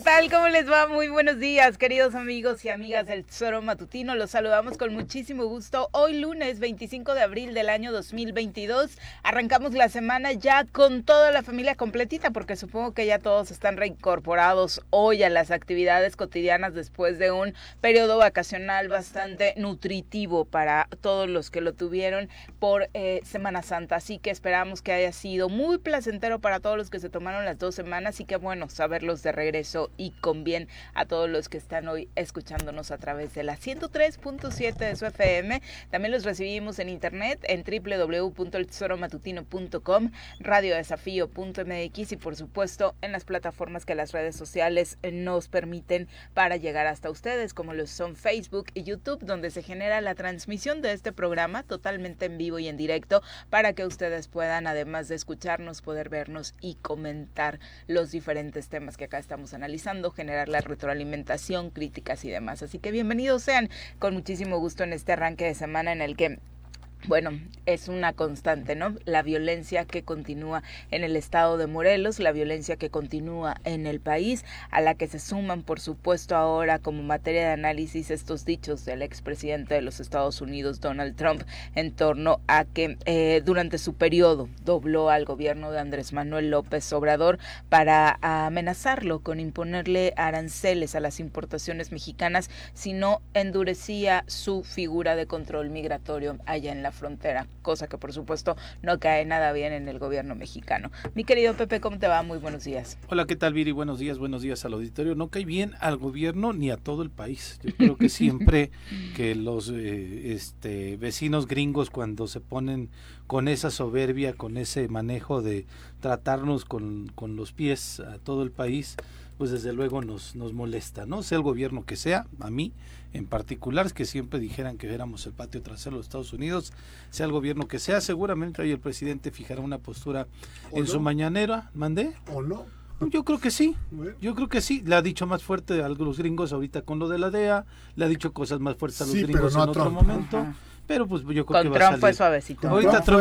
tal? ¿Cómo les va? Muy buenos días, queridos amigos y amigas del Tesoro Matutino. Los saludamos con muchísimo gusto. Hoy lunes 25 de abril del año 2022. Arrancamos la semana ya con toda la familia completita, porque supongo que ya todos están reincorporados hoy a las actividades cotidianas después de un periodo vacacional bastante nutritivo para todos los que lo tuvieron por Semana Santa. Así que esperamos que haya sido muy placentero para todos los que se tomaron las 2 semanas y que bueno, saberlos de regreso y con bien a todos los que están hoy escuchándonos a través de la 103.7 de su FM. También los recibimos en internet en www.eltesoromatutino.com, radiodesafío.mx y por supuesto en las plataformas que las redes sociales nos permiten para llegar hasta ustedes, como los son Facebook y YouTube, donde se genera la transmisión de este programa totalmente en vivo y en directo para que ustedes puedan, además de escucharnos, poder vernos y comentar los diferentes temas que acá estamos analizando, generar la retroalimentación, críticas y demás. Así que bienvenidos sean, con muchísimo gusto en este arranque de semana en el que bueno, es una constante, ¿no? La violencia que continúa en el estado de Morelos, la violencia que continúa en el país, a la que se suman, por supuesto, ahora como materia de análisis estos dichos del expresidente de los Estados Unidos, Donald Trump, en torno a que durante su periodo dobló al gobierno de Andrés Manuel López Obrador para amenazarlo con imponerle aranceles a las importaciones mexicanas si no endurecía su figura de control migratorio allá en la frontera, cosa que por supuesto no cae nada bien en el gobierno mexicano. Mi querido Pepe, ¿cómo te va? Muy buenos días. Hola, ¿qué tal, Viri? Buenos días al auditorio. No cae bien al gobierno ni a todo el país. Yo creo que siempre que los vecinos gringos, cuando se ponen con esa soberbia, con ese manejo de tratarnos con los pies a todo el país, pues desde luego nos molesta, ¿no? Sea el gobierno que sea, a mí en particular, es que siempre dijeran que éramos el patio trasero de los Estados Unidos, sea el gobierno que sea, seguramente ahí el presidente fijará una postura en su mañanera, ¿mandé? ¿O no? Yo creo que sí, le ha dicho más fuerte a los gringos ahorita con lo de la DEA, le ha dicho cosas más fuertes a los gringos en otro momento, pero pues yo creo que va a salir. Con Trump fue suavecito. Ahorita Trump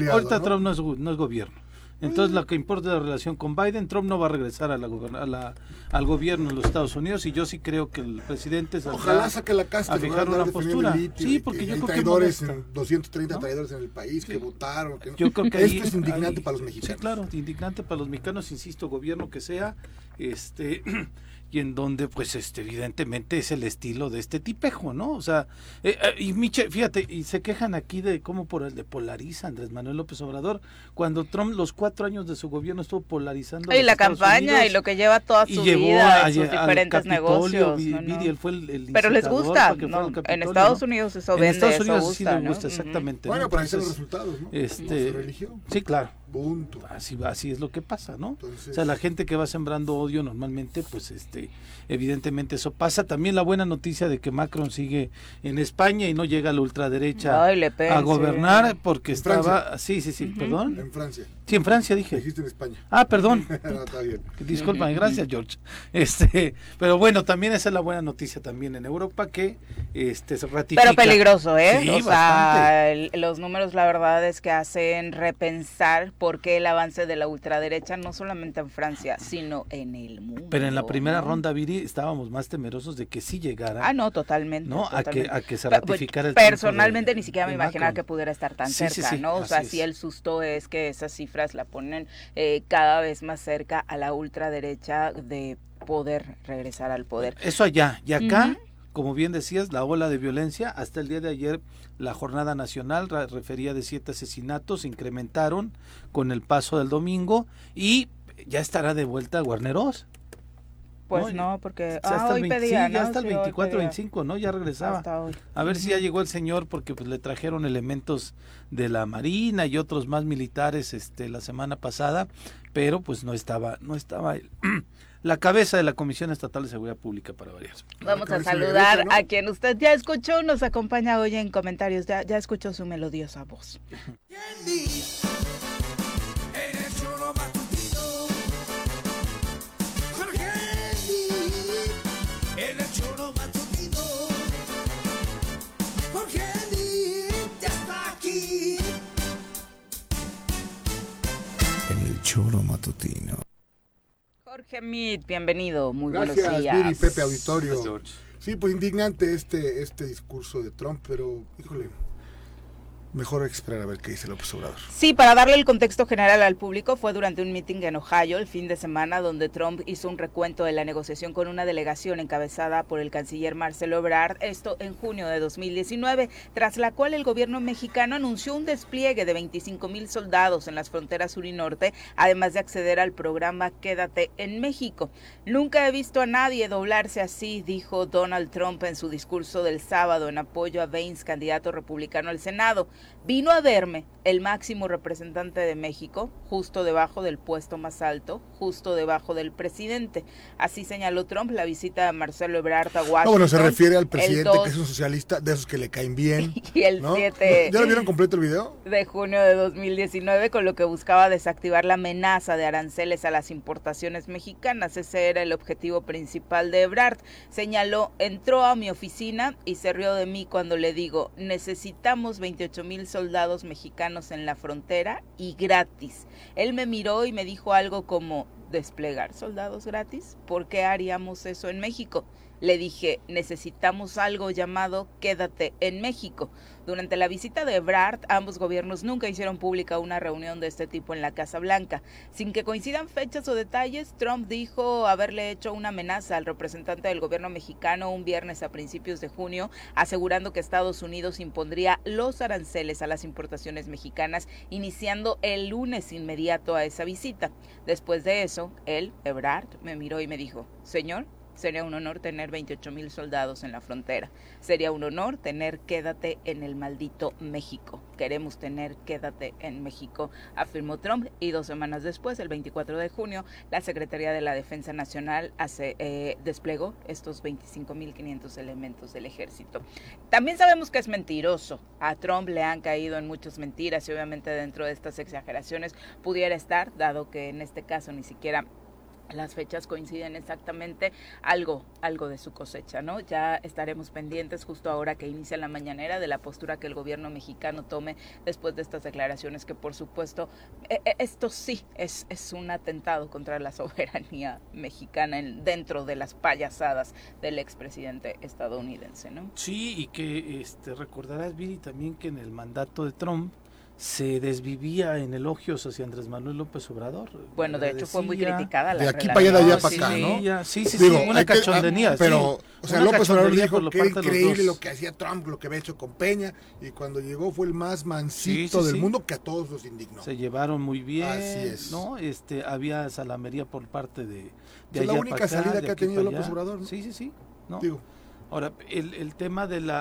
no es gobierno. Entonces lo que importa es la relación con Biden. Trump no va a regresar al gobierno de los Estados Unidos y yo sí creo que el presidente ojalá saque la casta a fijar una postura. Sí, porque yo creo que 230 traidores en el país que votaron. Que no. Yo creo que esto es indignante para los mexicanos. Sí, claro, indignante para los mexicanos, insisto, gobierno que sea, y en donde pues evidentemente es el estilo de este tipejo, ¿no? O sea, y Miche, fíjate, y se quejan aquí de cómo polariza Andrés Manuel López Obrador, cuando Trump los 4 años de su gobierno estuvo polarizando y la campaña Unidos, y lo que lleva toda su vida en sus diferentes negocios, Él fue el pero les gusta, ¿no? En Estados Unidos eso vende, en Estados Unidos eso gusta, sí les gusta, ¿no? Exactamente. Bueno, ¿no? Para eso los resultados, ¿no? Se religió. Sí, claro. Punto. Así es lo que pasa, ¿no? Entonces, o sea, la gente que va sembrando odio normalmente, pues evidentemente eso pasa. También la buena noticia de que Macron sigue en España y no llega a la ultraderecha a gobernar porque estaba... Sí, perdón. En Francia. Sí, en Francia dije. Dijiste en España. Ah, perdón. No, está bien. Disculpa, gracias, George. Pero bueno, también esa es la buena noticia también en Europa que se ratifica. Pero peligroso, ¿eh? Sí, o sea, los números la verdad es que hacen repensar por qué el avance de la ultraderecha no solamente en Francia, sino en el mundo. Pero en la primera ronda, Viri, estábamos más temerosos de que sí llegara. Ah, no, totalmente. ¿No? Totalmente. A que se ratificara el personalmente ni siquiera me imaginaba que pudiera estar tan cerca, sí, ¿no? O sea, sí el susto es que esas cifras la ponen cada vez más cerca a la ultraderecha de poder regresar al poder. Eso allá, y acá, como bien decías, la ola de violencia, hasta el día de ayer la jornada nacional refería de 7 asesinatos, se incrementaron con el paso del domingo y ya estará de vuelta Guarneros. Pues no, porque hoy pedía, ¿no? Ya hasta el 24, 25, ¿no? Ya regresaba. Hasta hoy. A ver si ya llegó el señor, porque pues le trajeron elementos de la Marina y otros más militares la semana pasada, pero pues no estaba la cabeza de la Comisión Estatal de Seguridad Pública, para variar. Vamos a saludar a quien usted ya escuchó, nos acompaña hoy en comentarios, ya escuchó su melodiosa voz. Choro matutino. Jorge Mit, bienvenido, muy buenos días. días. Viri, Pepe, auditorio. Sí, pues indignante este discurso de Trump, pero, híjole, mejor esperar a ver qué dice López Obrador. Sí, para darle el contexto general al público, fue durante un meeting en Ohio el fin de semana donde Trump hizo un recuento de la negociación con una delegación encabezada por el canciller Marcelo Ebrard, esto en junio de 2019, tras la cual el gobierno mexicano anunció un despliegue de 25,000 soldados en las fronteras sur y norte, además de acceder al programa Quédate en México. Nunca he visto a nadie doblarse así, dijo Donald Trump en su discurso del sábado en apoyo a Vance, candidato republicano al Senado. Vino a verme el máximo representante de México, justo debajo del puesto más alto, justo debajo del presidente. Así señaló Trump la visita de Marcelo Ebrard a Washington. No, bueno, se refiere al presidente que es un socialista, de esos que le caen bien. Y el 7 ¿Ya lo vieron completo el video? De junio de 2019, con lo que buscaba desactivar la amenaza de aranceles a las importaciones mexicanas. Ese era el objetivo principal de Ebrard. Señaló, entró a mi oficina y se rió de mí cuando le digo, necesitamos 28,000 soldados mexicanos en la frontera y gratis. Él me miró y me dijo algo como, ¿desplegar soldados gratis? ¿Por qué haríamos eso en México? Le dije, necesitamos algo llamado Quédate en México. Durante la visita de Ebrard, ambos gobiernos nunca hicieron pública una reunión de este tipo en la Casa Blanca. Sin que coincidan fechas o detalles, Trump dijo haberle hecho una amenaza al representante del gobierno mexicano un viernes a principios de junio, asegurando que Estados Unidos impondría los aranceles a las importaciones mexicanas, iniciando el lunes inmediato a esa visita. Después de eso, él, Ebrard, me miró y me dijo, señor, sería un honor tener 28,000 soldados en la frontera. Sería un honor tener Quédate en el maldito México. Queremos tener Quédate en México, afirmó Trump. Y 2 semanas después, el 24 de junio, la Secretaría de la Defensa Nacional desplegó estos 25,500 elementos del ejército. También sabemos que es mentiroso. A Trump le han caído en muchas mentiras y obviamente dentro de estas exageraciones pudiera estar, dado que en este caso ni siquiera las fechas coinciden exactamente, algo de su cosecha, ¿no? Ya estaremos pendientes justo ahora que inicia la mañanera de la postura que el gobierno mexicano tome después de estas declaraciones que por supuesto, esto sí es un atentado contra la soberanía mexicana dentro de las payasadas del expresidente estadounidense, ¿no? Sí, y que recordarás, Viri, también que en el mandato de Trump se desvivía en elogios hacia Andrés Manuel López Obrador. Bueno, de hecho fue muy criticada la de aquí para allá, de allá para acá, ¿no? Sí, digo, una cachondería. Pero, sí, o sea, López Obrador dijo que era increíble lo que hacía Trump, lo que había hecho con Peña, y cuando llegó fue el más mansito del mundo, que a todos los indignó. Se llevaron muy bien, así es, ¿no? Había salamería por parte de es la única salida que ha tenido López Obrador, ¿no? Sí, ¿no? Digo. Ahora, el tema de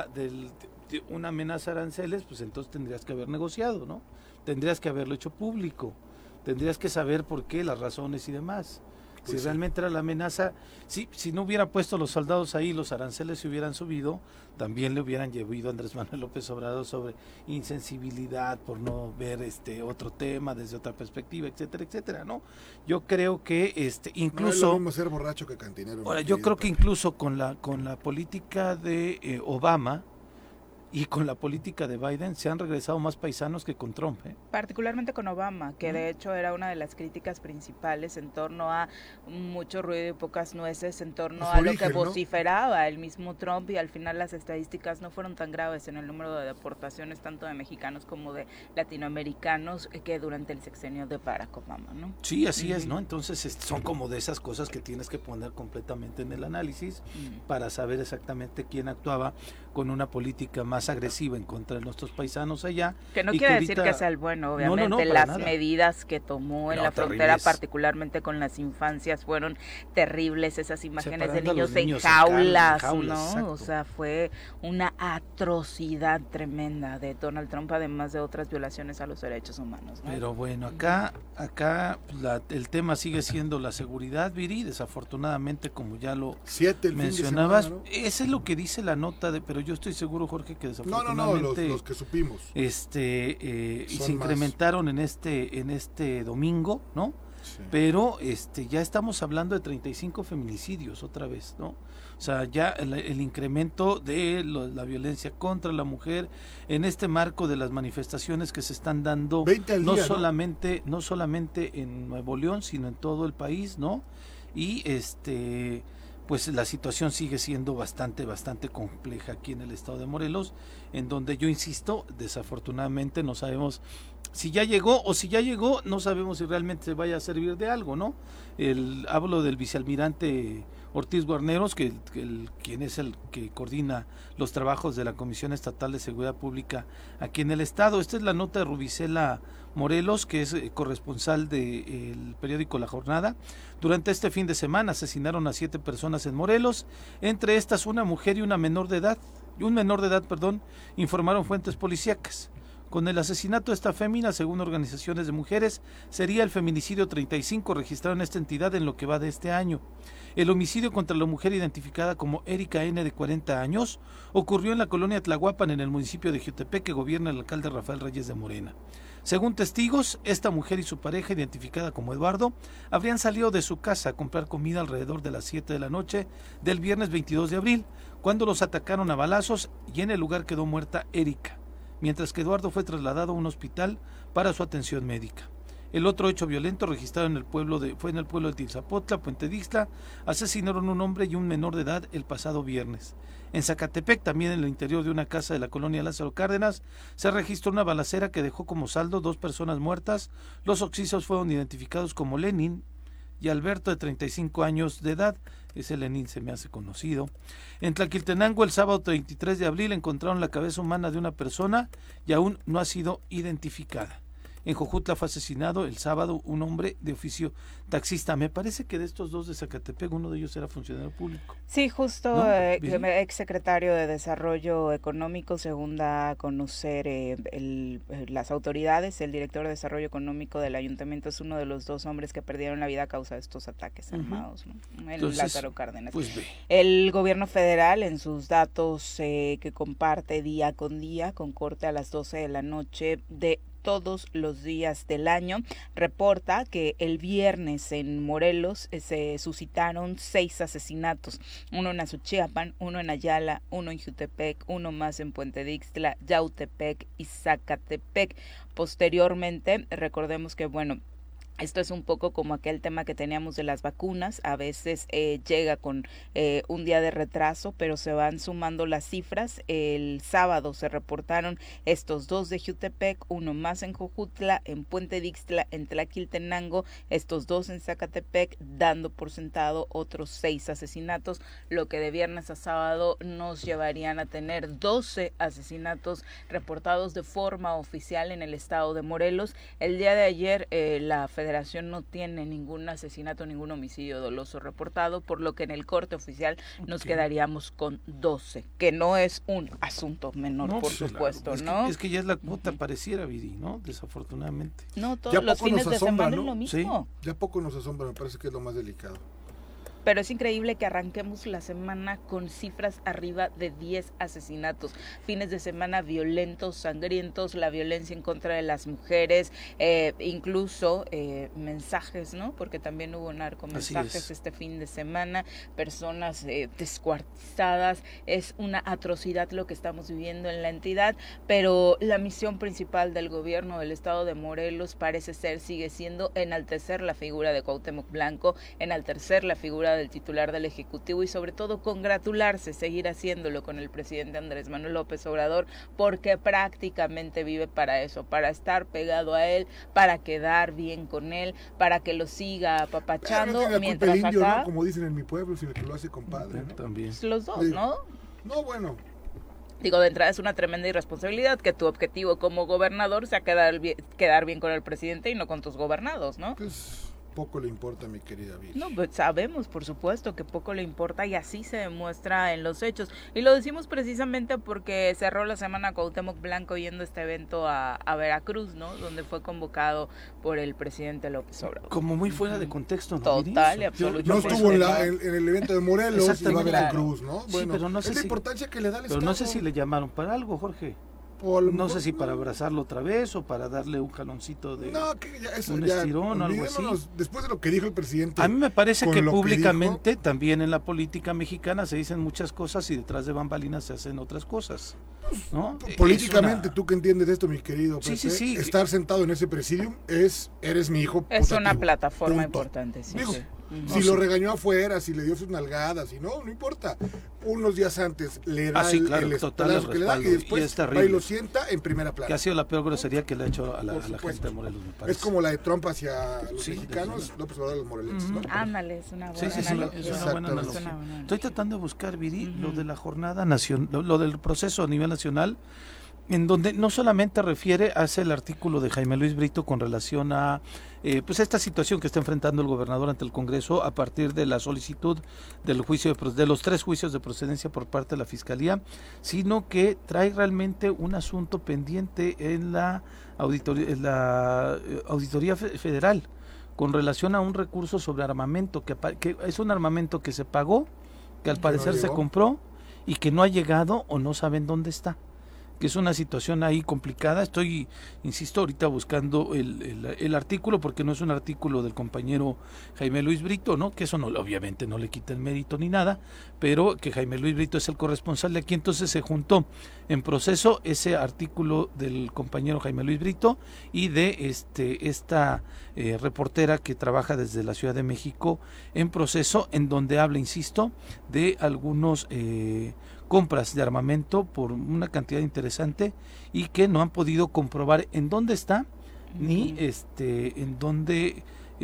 una amenaza a aranceles, pues entonces tendrías que haber negociado, ¿no? Tendrías que haberlo hecho público, tendrías que saber por qué, las razones y demás. Pues si realmente era la amenaza, si no hubiera puesto los soldados ahí, los aranceles se hubieran subido, también le hubieran llevado a Andrés Manuel López Obrador sobre insensibilidad por no ver otro tema desde otra perspectiva, etcétera, etcétera, ¿no? Yo creo que incluso no es lo mismo ser borracho que cantinero. Ahora, yo creo que incluso con la política de Obama y con la política de Biden se han regresado más paisanos que con Trump, ¿eh? Particularmente con Obama, que de hecho era una de las críticas principales en torno a mucho ruido y pocas nueces, en torno a lo que vociferaba el mismo Trump, y al final las estadísticas no fueron tan graves en el número de deportaciones tanto de mexicanos como de latinoamericanos que durante el sexenio de Barack Obama, ¿no? Sí, así es, ¿no? Entonces son como de esas cosas que tienes que poner completamente en el análisis para saber exactamente quién actuaba con una política más agresiva en contra de nuestros paisanos allá. Que no quiere decir que sea el bueno, obviamente. No, las nada. Medidas que tomó en la frontera, particularmente con las infancias, fueron terribles. Esas imágenes de niños en jaulas, ¿no? Exacto. O sea, fue una atrocidad tremenda de Donald Trump, además de otras violaciones a los derechos humanos, ¿no? Pero bueno, acá el tema sigue siendo la seguridad, Viri, desafortunadamente, como ya lo mencionabas. Semana, ¿no? Ese es lo que dice la nota, pero yo estoy seguro, Jorge, que desafortunadamente los que supimos y se incrementaron en este domingo, ¿no? Sí. Pero ya estamos hablando de 35 feminicidios otra vez, ¿no? O sea, ya el incremento de la violencia contra la mujer en este marco de las manifestaciones que se están dando no solamente en Nuevo León, sino en todo el país, ¿no? y pues la situación sigue siendo bastante compleja aquí en el estado de Morelos, en donde yo insisto, desafortunadamente no sabemos si ya llegó o si ya llegó, no sabemos si realmente se vaya a servir de algo, ¿no? Hablo del vicealmirante Ortiz Guarneros, quien es el que coordina los trabajos de la Comisión Estatal de Seguridad Pública aquí en el estado. Esta es la nota de Rubicela Morelos, que es corresponsal del periódico La Jornada. Durante este fin de semana asesinaron a 7 personas en Morelos, entre estas una mujer y un menor de edad, informaron fuentes policíacas. Con el asesinato de esta fémina, según organizaciones de mujeres, sería el feminicidio 35 registrado en esta entidad en lo que va de este año. El homicidio contra la mujer identificada como Erika N. de 40 años ocurrió en la colonia Tlahuapan, en el municipio de Jiutepec, que gobierna el alcalde Rafael Reyes de Morena. Según testigos, esta mujer y su pareja, identificada como Eduardo, habrían salido de su casa a comprar comida alrededor de las 7 de la noche del viernes 22 de abril, cuando los atacaron a balazos y en el lugar quedó muerta Erika, mientras que Eduardo fue trasladado a un hospital para su atención médica. El otro hecho violento registrado fue en el pueblo de Tilzapotla, Puente Dixtla. Asesinaron a un hombre y un menor de edad el pasado viernes. En Zacatepec, también en el interior de una casa de la colonia Lázaro Cárdenas, se registró una balacera que dejó como saldo 2 personas muertas. Los occisos fueron identificados como Lenin y Alberto, de 35 años de edad. Ese Lenin se me hace conocido. En Tlaquiltenango, el sábado 23 de abril, encontraron la cabeza humana de una persona y aún no ha sido identificada. En Jojutla fue asesinado el sábado un hombre de oficio taxista. Me parece que de estos 2 de Zacatepec, uno de ellos era funcionario público. Sí, justo, ¿no? Exsecretario de Desarrollo Económico, según da a conocer las autoridades. El director de Desarrollo Económico del Ayuntamiento es uno de los 2 hombres que perdieron la vida a causa de estos ataques armados, ¿no? Entonces, Lázaro Cárdenas. Pues el gobierno federal, en sus datos que comparte día con día, con corte a las 12 de la noche de todos los días del año, reporta que el viernes en Morelos se suscitaron 6 asesinatos, uno en Azuchiapan, uno en Ayala, uno en Jiutepec, uno más en Puente Dixtla, Yautepec y Zacatepec. Posteriormente, recordemos que, esto es un poco como aquel tema que teníamos de las vacunas, a veces llega con un día de retraso, pero se van sumando las cifras. El sábado se reportaron estos 2 de Jiutepec, uno más en Jojutla, en Puente Dixtla, en Tlaquiltenango, estos 2 en Zacatepec, dando por sentado otros 6 asesinatos, lo que de viernes a sábado nos llevarían a tener 12 asesinatos reportados de forma oficial en el estado de Morelos. El día de ayer la Federación no tiene ningún asesinato, ningún homicidio doloso reportado, por lo que en el corte oficial nos quedaríamos con 12, que no es un asunto menor, por supuesto, ¿no? Es que ya es la cuota, pareciera, Viri, ¿no? Desafortunadamente. No, todos los fines de semana es lo mismo. Sí. Ya poco nos asombra, me parece que es lo más delicado. Pero es increíble que arranquemos la semana con cifras arriba de 10 asesinatos, fines de semana violentos, sangrientos, la violencia en contra de las mujeres, incluso mensajes, ¿no? Porque también hubo narcomensajes este fin de semana, personas descuartizadas. Es una atrocidad lo que estamos viviendo en la entidad, pero la misión principal del gobierno del estado de Morelos sigue siendo enaltecer la figura de Cuauhtémoc Blanco, enaltecer la figura del titular del Ejecutivo y sobre todo congratularse, seguir haciéndolo con el presidente Andrés Manuel López Obrador, porque prácticamente vive para eso, para estar pegado a él, para quedar bien con él, para que lo siga apapachando, no mientras indio, acá, ¿no? Como dicen en mi pueblo, sino que lo hace compadre, ¿no? También. Los 2, ¿no? No, bueno. Digo, de entrada es una tremenda irresponsabilidad que tu objetivo como gobernador sea quedar bien con el presidente y no con tus gobernados, ¿no? Pues poco le importa, mi querida Viri. No, pues sabemos, por supuesto, que poco le importa y así se demuestra en los hechos. Y lo decimos precisamente porque cerró la semana Cuauhtémoc Blanco yendo a este evento a Veracruz, ¿no? Donde fue convocado por el presidente López Obrador. Como muy fuera de contexto, ¿no? Total y absolutamente. No estuvo en el evento de Morelos y va a Veracruz, ¿no? Sí, bueno, pero no sé es la importancia que le da el Estado. Pero no sé si le llamaron para algo, Jorge. No sé si para abrazarlo otra vez o para darle un jaloncito de un estirón o algo así. Después de lo que dijo el presidente. A mí me parece que públicamente también en la política mexicana se dicen muchas cosas y detrás de bambalinas se hacen otras cosas, ¿no? Políticamente, tú que entiendes de esto, mi querido Pepe, sí. estar sentado en ese presidium eres mi hijo. Es una plataforma punto. importante, sí. Digo, Si lo regañó afuera, si le dio sus nalgadas, si no importa. Unos días antes le da el espaldarazo que le da y después va y lo sienta en primera plana. Que ha sido la peor grosería que le ha hecho a la gente de Morelos, me parece. Es como la de Trump hacia los mexicanos, López Obrador a los morelenses, ¿no? Ándale, es una buena analogía. Es una buena analogía. Estoy tratando de buscar, Viri, lo de la jornada nacional, lo del proceso a nivel nacional, en donde no solamente hace el artículo de Jaime Luis Brito con relación a pues esta situación que está enfrentando el gobernador ante el Congreso a partir de la solicitud del juicio de los 3 juicios de procedencia por parte de la Fiscalía, sino que trae realmente un asunto pendiente en la Auditoría Federal con relación a un recurso sobre armamento, que es un armamento que se pagó, que al parecer se compró y que no ha llegado o no saben dónde está, que es una situación ahí complicada. Insisto, ahorita buscando el artículo, porque no es un artículo del compañero Jaime Luis Brito, ¿no? Que eso no, obviamente no le quita el mérito ni nada, pero que Jaime Luis Brito es el corresponsal de aquí, entonces se juntó en proceso ese artículo del compañero Jaime Luis Brito y de esta reportera que trabaja desde la Ciudad de México en proceso, en donde habla, insisto, de algunos compras de armamento por una cantidad interesante y que no han podido comprobar en dónde está ni en dónde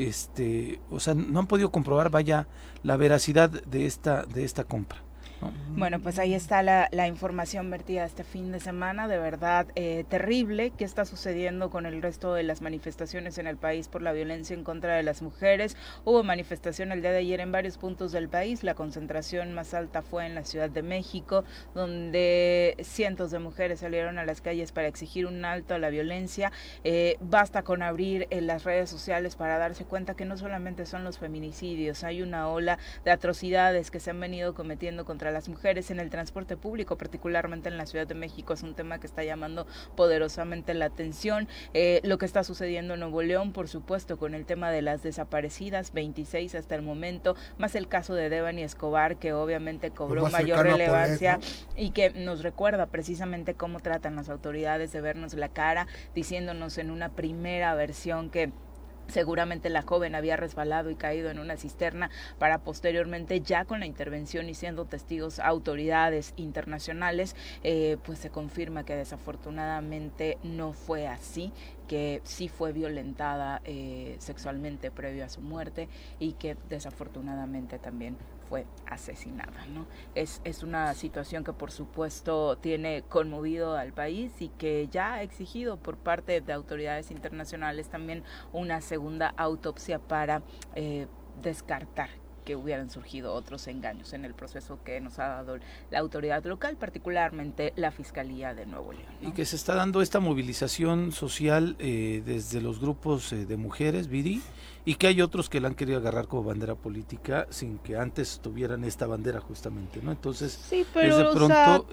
o sea, no han podido comprobar la veracidad de esta compra, ¿no? Bueno, pues ahí está la información vertida este fin de semana, de verdad terrible. ¿Qué está sucediendo con el resto de las manifestaciones en el país por la violencia en contra de las mujeres? Hubo manifestación el día de ayer en varios puntos del país. La concentración más alta fue en la Ciudad de México, donde cientos de mujeres salieron a las calles para exigir un alto a la violencia. Basta con abrir las redes sociales para darse cuenta que no solamente son los feminicidios, hay una ola de atrocidades que se han venido cometiendo contra las mujeres en el transporte público, particularmente en la Ciudad de México. Es un tema que está llamando poderosamente la atención. Lo que está sucediendo en Nuevo León, por supuesto, con el tema de las desaparecidas, 26 hasta el momento, más el caso de Devani Escobar, que obviamente cobró mayor relevancia, ¿no? Y que nos recuerda precisamente cómo tratan las autoridades de vernos la cara, diciéndonos en una primera versión que seguramente la joven había resbalado y caído en una cisterna, para posteriormente, ya con la intervención y siendo testigos autoridades internacionales, pues se confirma que desafortunadamente no fue así, que sí fue violentada sexualmente previo a su muerte y que desafortunadamente también fue asesinada, ¿no? Es una situación que por supuesto tiene conmovido al país y que ya ha exigido por parte de autoridades internacionales también una segunda autopsia para descartar que hubieran surgido otros engaños en el proceso que nos ha dado la autoridad local, particularmente la Fiscalía de Nuevo León, ¿no? Y que se está dando esta movilización social desde los grupos de mujeres, Viri, y que hay otros que la han querido agarrar como bandera política sin que antes tuvieran esta bandera justamente, ¿no? Entonces, sí, pero, de pronto,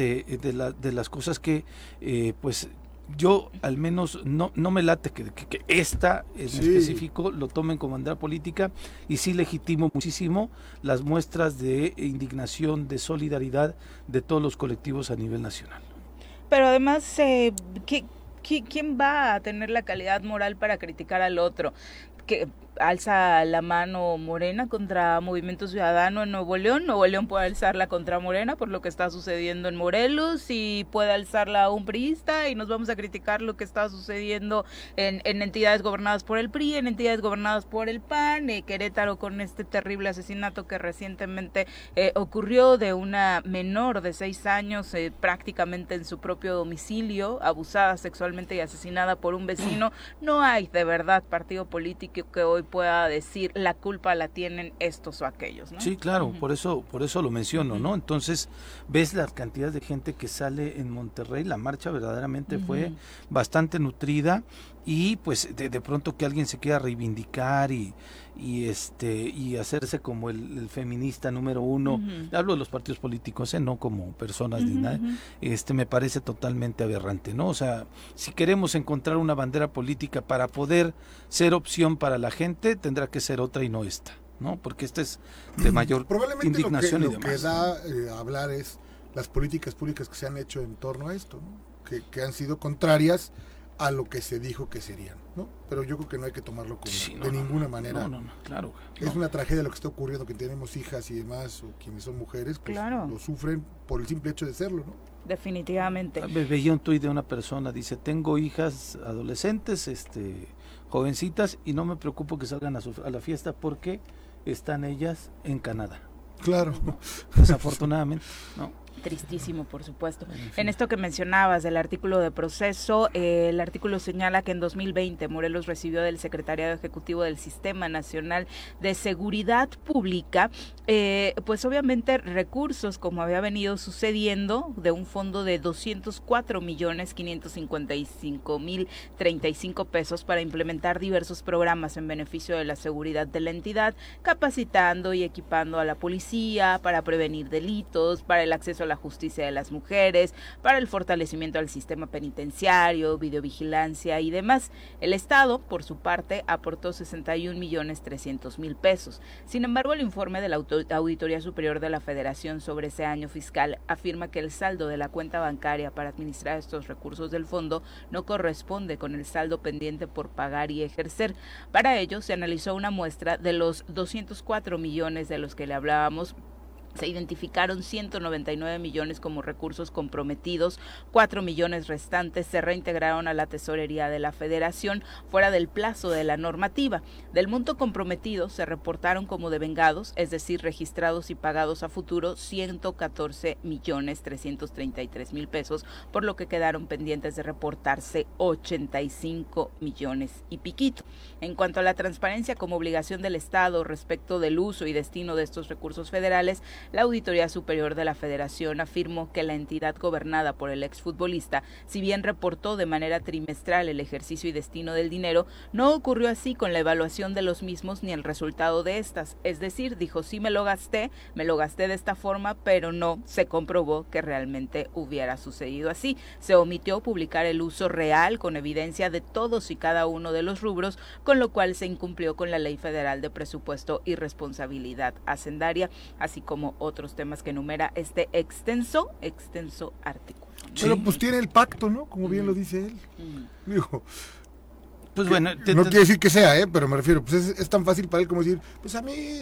de las cosas que, pues, yo al menos no me late que esta en específico lo tomen como bandera política, y sí legitimo muchísimo las muestras de indignación, de solidaridad de todos los colectivos a nivel nacional. Pero además, ¿quién va a tener la calidad moral para criticar al otro? Que alza la mano Morena contra Movimiento Ciudadano en Nuevo León. Nuevo León puede alzarla contra Morena por lo que está sucediendo en Morelos, y puede alzarla un priista, y nos vamos a criticar lo que está sucediendo en entidades gobernadas por el PRI, en entidades gobernadas por el PAN, Querétaro con este terrible asesinato que recientemente ocurrió de una menor de 6 años, prácticamente en su propio domicilio, abusada sexualmente y asesinada por un vecino. No hay de verdad partido político que hoy pueda decir la culpa la tienen estos o aquellos, ¿no? Sí, claro, por eso lo menciono, ¿no? Entonces, ves la cantidad de gente que sale en Monterrey, la marcha verdaderamente fue bastante nutrida, y pues de pronto que alguien se quiera reivindicar y hacerse como el feminista número uno, hablo de los partidos políticos, no como personas ni nada, me parece totalmente aberrante, ¿no? O sea, si queremos encontrar una bandera política para poder ser opción para la gente, tendrá que ser otra y no esta, ¿no? Porque esta es de mayor indignación y demás. Lo que da a hablar es las políticas públicas que se han hecho en torno a esto, ¿no? Que han sido contrarias a lo que se dijo que serían, ¿no? Pero yo creo que no hay que tomarlo de ninguna manera. No, claro. Es una tragedia lo que está ocurriendo, que tenemos hijas y demás, o quienes son mujeres, pues lo sufren por el simple hecho de serlo, ¿no? Definitivamente. Veía un tuit de una persona, dice, tengo hijas adolescentes, jovencitas, y no me preocupo que salgan a la fiesta porque están ellas en Canadá. Claro. Desafortunadamente, ¿no? Tristísimo, por supuesto. En esto que mencionabas del artículo de proceso, el artículo señala que en 2020 Morelos recibió del Secretariado Ejecutivo del Sistema Nacional de Seguridad Pública, pues obviamente recursos, como había venido sucediendo, de un fondo de 204,555,035 pesos para implementar diversos programas en beneficio de la seguridad de la entidad, capacitando y equipando a la policía para prevenir delitos, para el acceso a la justicia de las mujeres, para el fortalecimiento del sistema penitenciario, videovigilancia y demás. El Estado, por su parte, aportó 61,300,000 pesos. Sin embargo, el informe de la Auditoría Superior de la Federación sobre ese año fiscal afirma que el saldo de la cuenta bancaria para administrar estos recursos del fondo no corresponde con el saldo pendiente por pagar y ejercer. Para ello, se analizó una muestra de los 204 millones de los que le hablábamos. Se identificaron 199 millones como recursos comprometidos, 4 millones restantes se reintegraron a la tesorería de la Federación fuera del plazo de la normativa. Del monto comprometido se reportaron como devengados, es decir, registrados y pagados a futuro, 114,333,000 pesos, por lo que quedaron pendientes de reportarse 85 millones y piquito. En cuanto a la transparencia como obligación del Estado respecto del uso y destino de estos recursos federales, la Auditoría Superior de la Federación afirmó que la entidad gobernada por el exfutbolista, si bien reportó de manera trimestral el ejercicio y destino del dinero, no ocurrió así con la evaluación de los mismos ni el resultado de estas. Es decir, dijo, sí me lo gasté de esta forma, pero no se comprobó que realmente hubiera sucedido así. Se omitió publicar el uso real con evidencia de todos y cada uno de los rubros, con lo cual se incumplió con la Ley Federal de Presupuesto y Responsabilidad Hacendaria, así como otros temas que enumera este extenso artículo. Pero pues tiene el pacto, ¿no? Como bien lo dice él. Digo, pues bueno, no quiere decir que sea, pero me refiero, pues es tan fácil para él como decir, pues a mí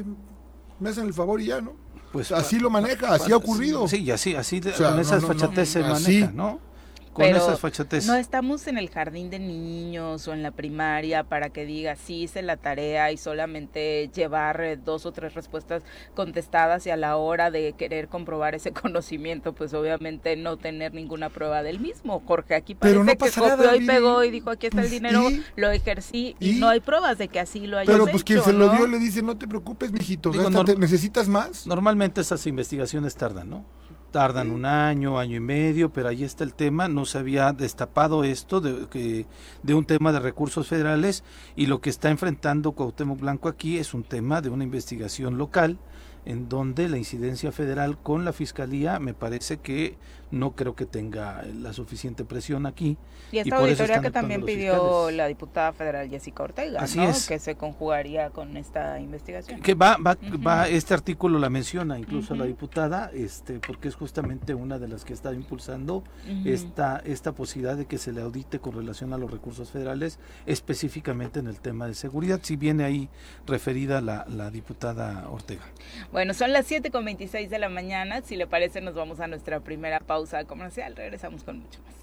me hacen el favor y ya, ¿no? Pues así lo maneja, así ha ocurrido. Sí, así o sea, con esas fachates se maneja, ¿no? Pero no estamos en el jardín de niños o en la primaria para que diga sí hice la tarea y solamente llevar 2 o 3 respuestas contestadas y a la hora de querer comprobar ese conocimiento, pues obviamente no tener ninguna prueba del mismo. Jorge, aquí parece no que copió y pegó y dijo aquí está el dinero, lo ejercí y no hay pruebas de que así lo haya hecho. Pero pues quien se lo dio le dice no te preocupes, mijito, ¿necesitas más? Normalmente esas investigaciones tardan, ¿no? Tardan un año y medio, pero ahí está el tema, no se había destapado esto de un tema de recursos federales y lo que está enfrentando Cuauhtémoc Blanco aquí es un tema de una investigación local en donde la incidencia federal con la fiscalía me parece que no creo que tenga la suficiente presión aquí. Y esta auditoría que también pidió la diputada federal Jessica Ortega, así ¿no? Es. Que se conjugaría con esta investigación. Que va este artículo la menciona incluso la diputada, porque es justamente una de las que está impulsando esta posibilidad de que se le audite con relación a los recursos federales, específicamente en el tema de seguridad, si viene ahí referida la diputada Ortega. Bueno, son las 7:26 de la mañana. Si le parece, nos vamos a nuestra primera pausa comercial. Regresamos con mucho más.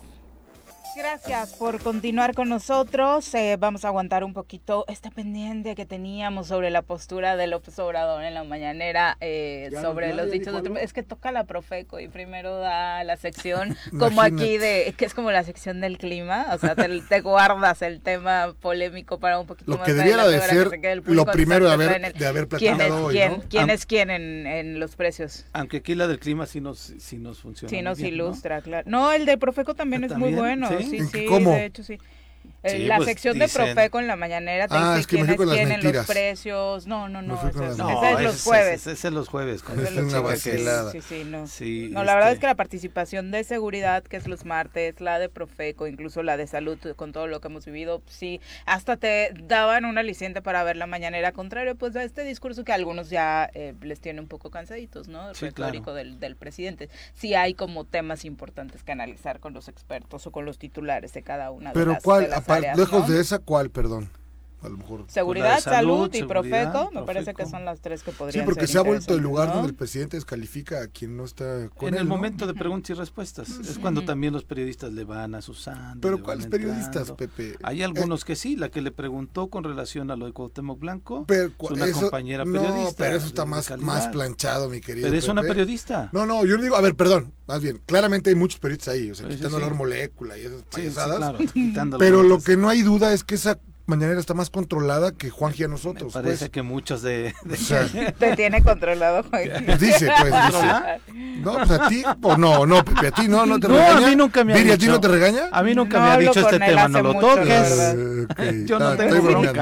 Gracias por continuar con nosotros. Vamos a aguantar un poquito esta pendiente que teníamos sobre la postura de López Obrador en la mañanera sobre los dichos de Trump. Es que toca la Profeco y primero da la sección como aquí que es como la sección del clima. O sea, te guardas el tema polémico para un poquito lo más que debiera de ser lo primero de haber platicado hoy, ¿no? ¿Quién es quién en los precios? Aunque aquí la del clima sí nos funciona. Sí nos bien, ilustra, ¿no? Claro. No, el de Profeco también es muy bueno. ¿Sí? Sí, ¿Cómo? De hecho sí. Sí, la pues, sección dicen... de Profeco en la mañanera te dice es que quiénes tienen mentiras. los precios. No, ese es los jueves. Ese es los jueves. Es una vacilada. No. Sí, No, la verdad es que la participación de seguridad, que es los martes, la de Profeco, incluso la de salud, con todo lo que hemos vivido, sí, hasta te daban un aliciente para ver la mañanera, contrario pues a este discurso que a algunos ya les tiene un poco cansaditos, ¿no? El retórico del presidente. Sí hay como temas importantes que analizar con los expertos o con los titulares de cada una pero de las, ¿cuál? de las áreas, Lejos ¿no? de esa, ¿cuál? Perdón. A lo mejor. Seguridad, salud y seguridad, Profeco, me parece que son las tres que podrían Sí, porque ser se ha vuelto el lugar interesantes, ¿no? donde el presidente descalifica a quien no está con él. En el ¿no? momento de preguntas y respuestas. Es cuando también los periodistas le van asusando. Pero ¿cuáles periodistas, Pepe? Hay algunos que sí. La que le preguntó con relación a lo de Cuauhtémoc Blanco pero, es una compañera periodista. No, pero eso está más planchado, mi querido Pero es Pepe. una periodista. No, yo le digo, a ver, perdón, más bien, claramente hay muchos periodistas ahí, o sea, Sí, quitando sí. la molécula y esas payasadas. claro, quitando Pero las lo notas. que no hay duda es que esa mañanera está más controlada que Juanji a nosotros. Me parece pues. que muchos de O sea, Te tiene controlado, Joaquín. pues dice. No, pues a ti, o no, Pepe, a ti no te No, regaña. a mí nunca me ha Viri, ¿a dicho. ti no te regaña? A mí nunca No me ha hablo dicho este con él tema, hace no lo mucho, la toques. verdad. Ok, Yo no estoy tengo bromeando.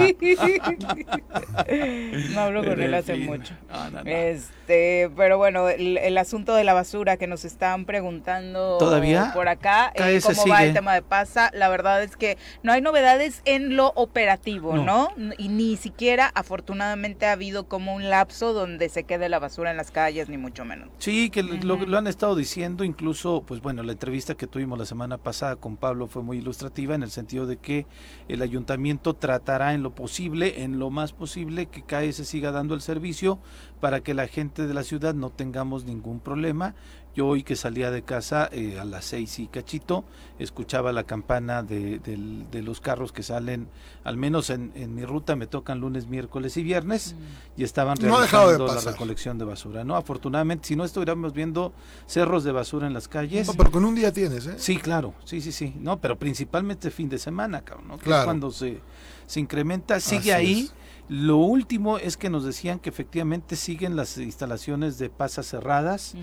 No hablo con Pero, él en hace fin. mucho. No. Pero bueno, el asunto de la basura que nos están preguntando ¿Todavía? por acá, Cada se cómo va sigue. el tema de Pasa, la verdad es que no hay novedades en lo operativo, ¿no? Y ni siquiera afortunadamente ha habido como un lapso donde se quede la basura en las calles, ni mucho menos. Sí, que lo han estado diciendo, incluso, pues bueno, la entrevista que tuvimos la semana pasada con Pablo fue muy ilustrativa en el sentido de que el ayuntamiento tratará en lo posible, en lo más posible, que CAE se siga dando el servicio para que la gente de la ciudad no tengamos ningún problema. Yo hoy que salía de casa a las 6 y cachito, escuchaba la campana de los carros que salen, al menos en mi ruta me tocan lunes, miércoles y viernes, y estaban No ha dejado de realizando la pasar. recolección de basura, ¿no? Afortunadamente, si no estuviéramos viendo cerros de basura en las calles. No, pero con un día tienes, ¿eh? Sí, claro, sí, no, pero principalmente fin de semana, cabrón, ¿no? Que Claro. es cuando se incrementa, sigue Así ahí. es. Lo último es que nos decían que efectivamente siguen las instalaciones de pasas cerradas,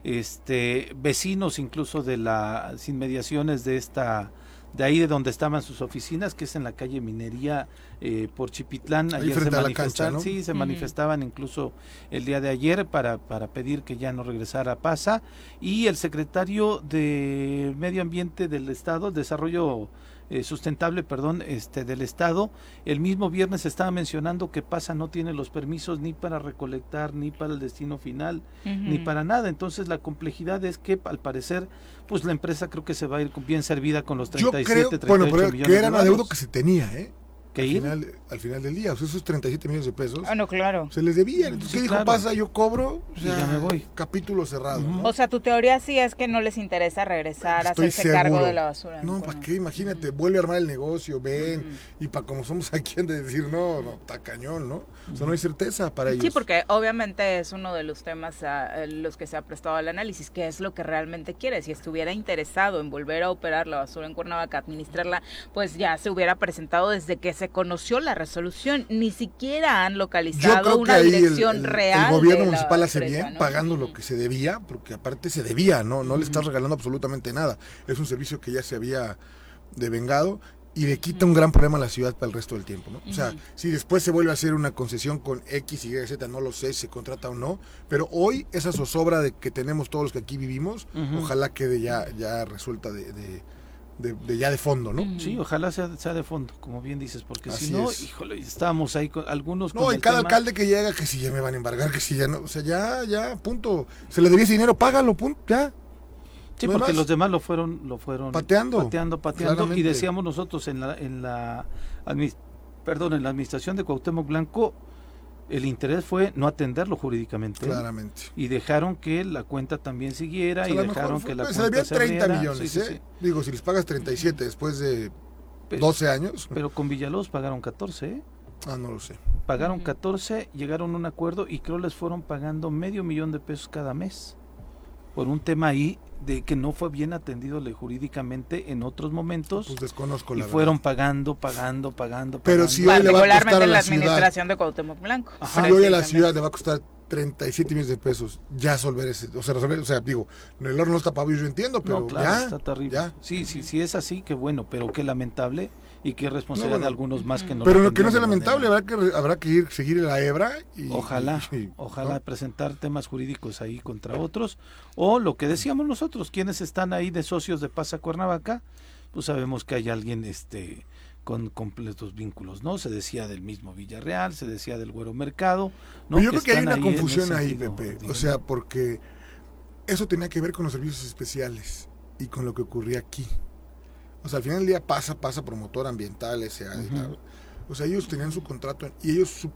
vecinos incluso de las inmediaciones de ahí de donde estaban sus oficinas, que es en la calle Minería por Chipitlán. Ahí Ayer frente se a la cancha, ¿no? Sí, se manifestaban incluso el día de ayer para pedir que ya no regresara a Pasa, y el secretario de Medio Ambiente del Estado, Desarrollo Sustentable, del Estado, el mismo viernes estaba mencionando que Pasa no tiene los permisos ni para recolectar, ni para el destino final, ni para nada. Entonces la complejidad es que al parecer pues la empresa creo que se va a ir bien servida con los 37, 38 pero millones que era un de adeudo varos. que se tenía, ¿eh? ¿Que ir? Al final del día, o sea, esos 37 millones de pesos Ah, no, claro. se les debían. Entonces, Sí, ¿qué dijo? claro. Pasa, yo cobro, o Y sea, ya me voy. capítulo cerrado. ¿no? O sea, tu teoría sí es que no les interesa regresar a Estoy hacerse cargo seguro. de la basura. No, ¿para qué? Imagínate, vuelve a armar el negocio, ven, y para como somos aquí han de decir, no, está cañón, ¿no? O sea, no hay certeza para ellos. Sí, porque obviamente es uno de los temas a los que se ha prestado al análisis, qué es lo que realmente quiere. Si estuviera interesado en volver a operar la basura en Cuernavaca, administrarla, pues ya se hubiera presentado desde que se conoció la resolución. Ni siquiera han Yo localizado creo que una ahí dirección real. el gobierno de la municipal hace empresa, bien ¿no? pagando lo que se debía, porque aparte se debía, no le estás regalando absolutamente nada. Es un servicio que ya se había devengado y le quita un gran problema a la ciudad para el resto del tiempo, ¿no? O sea, si después se vuelve a hacer una concesión con X, Y, Z, no lo sé si se contrata o no, pero hoy esa zozobra de que tenemos todos los que aquí vivimos, ojalá quede ya resuelta ya de fondo, ¿no? Sí, ojalá sea de fondo, como bien dices, porque Así si no, es. híjole, estábamos ahí con algunos. No, con y el cada tema. alcalde que llega, que si ya me van a embargar, que si ya no, o sea, ya, punto. Se le debía ese dinero, págalo, punto, ya. Sí, no hay porque más. los demás lo fueron Pateando, y claramente. decíamos nosotros en la administración de Cuauhtémoc Blanco, el interés fue no atenderlo jurídicamente. Claramente. Y dejaron que la cuenta también siguiera, O sea, y a lo dejaron mejor que la se cuenta debían se 30 abriera. millones, Sí, ¿eh? sí. Digo, si les pagas 37 después de Pe- 12 años, Pero con Villalobos pagaron 14, ¿eh? no lo sé. Pagaron 14, llegaron a un acuerdo y creo les fueron pagando $500,000 cada mes por un tema ahí de que no fue bien atendido jurídicamente en otros momentos, Pues desconozco y la fueron verdad. pagando. Pero si hoy le va a costar Particularmente a en la la ciudad, administración de Cuauhtémoc Blanco. si hoy a la ciudad le va a costar 37 millones de pesos ya resolver, digo, el horno no está para yo entiendo, pero No, claro, ya, está terrible. ya. Sí, es así, que bueno, pero qué lamentable y que es responsabilidad de algunos más que no. Pero lo que no es lamentable, habrá que seguir la hebra. Ojalá ¿no? Presentar temas jurídicos ahí contra otros, o lo que decíamos nosotros, quienes están ahí de socios de Pasa Cuernavaca, pues sabemos que hay alguien con completos vínculos, ¿no? Se decía del mismo Villarreal, se decía del Güero Mercado, ¿no? Yo creo que hay una confusión ahí, Pepe, o sea, porque eso tenía que ver con los servicios especiales y con lo que ocurría aquí. O sea, al final del día pasa promotor ambiental, o sea, ellos tenían su contrato y ellos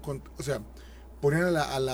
ponían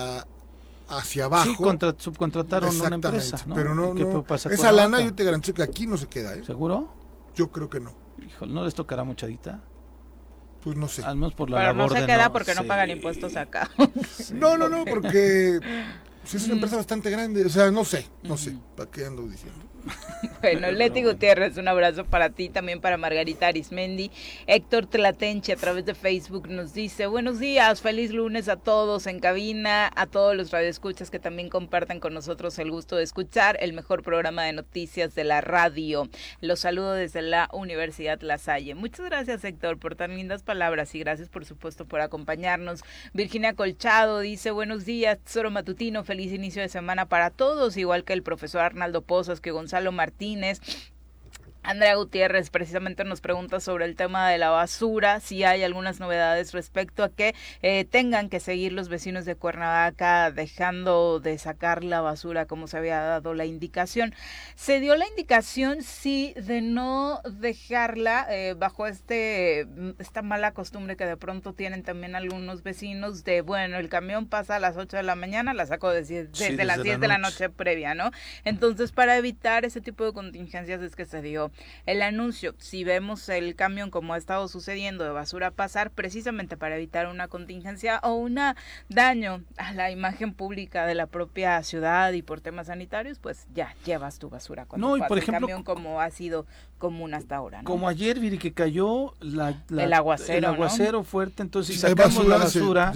hacia abajo. Sí, subcontrataron una empresa, ¿no? Pero no esa lana yo te garantizo que aquí no se queda, ¿eh? ¿Seguro? Yo creo que no. Híjole, ¿no les tocará muchadita? Pues no sé. Al menos por la pero labor no se queda porque no pagan impuestos acá. No, porque si es una empresa bastante grande, o sea, no sé, ¿para qué ando diciendo? Bueno, Leti Gutiérrez, un abrazo para ti, también para Margarita Arismendi. Héctor Tlatenche a través de Facebook nos dice: buenos días, feliz lunes a todos en cabina, a todos los radioescuchas que también compartan con nosotros el gusto de escuchar el mejor programa de noticias de la radio. Los saludo desde la Universidad La Salle. Muchas gracias, Héctor, por tan lindas palabras y gracias, por supuesto, por acompañarnos. Virginia Colchado dice: buenos días, Tesoro Matutino, feliz inicio de semana para todos, igual que el profesor Arnaldo Pozas, que Gonzalo Martínez. Andrea Gutiérrez precisamente nos pregunta sobre el tema de la basura, si hay algunas novedades respecto a que tengan que seguir los vecinos de Cuernavaca dejando de sacar la basura como se había dado la indicación. Se dio la indicación, sí, de no dejarla bajo esta mala costumbre que de pronto tienen también algunos vecinos de, bueno, el camión pasa a las 8 de la mañana, la saco desde las 10 de la noche previa, ¿no? Entonces, para evitar ese tipo de contingencias es que se dio el anuncio. Si vemos el camión como ha estado sucediendo de basura pasar, precisamente para evitar una contingencia o un daño a la imagen pública de la propia ciudad y por temas sanitarios, pues ya llevas tu basura cuando pasa por ejemplo, el camión, como ha sido común hasta ahora, ¿no? Como ayer, Viri, que cayó el aguacero, ¿no? Fuerte, entonces si sacamos la basura,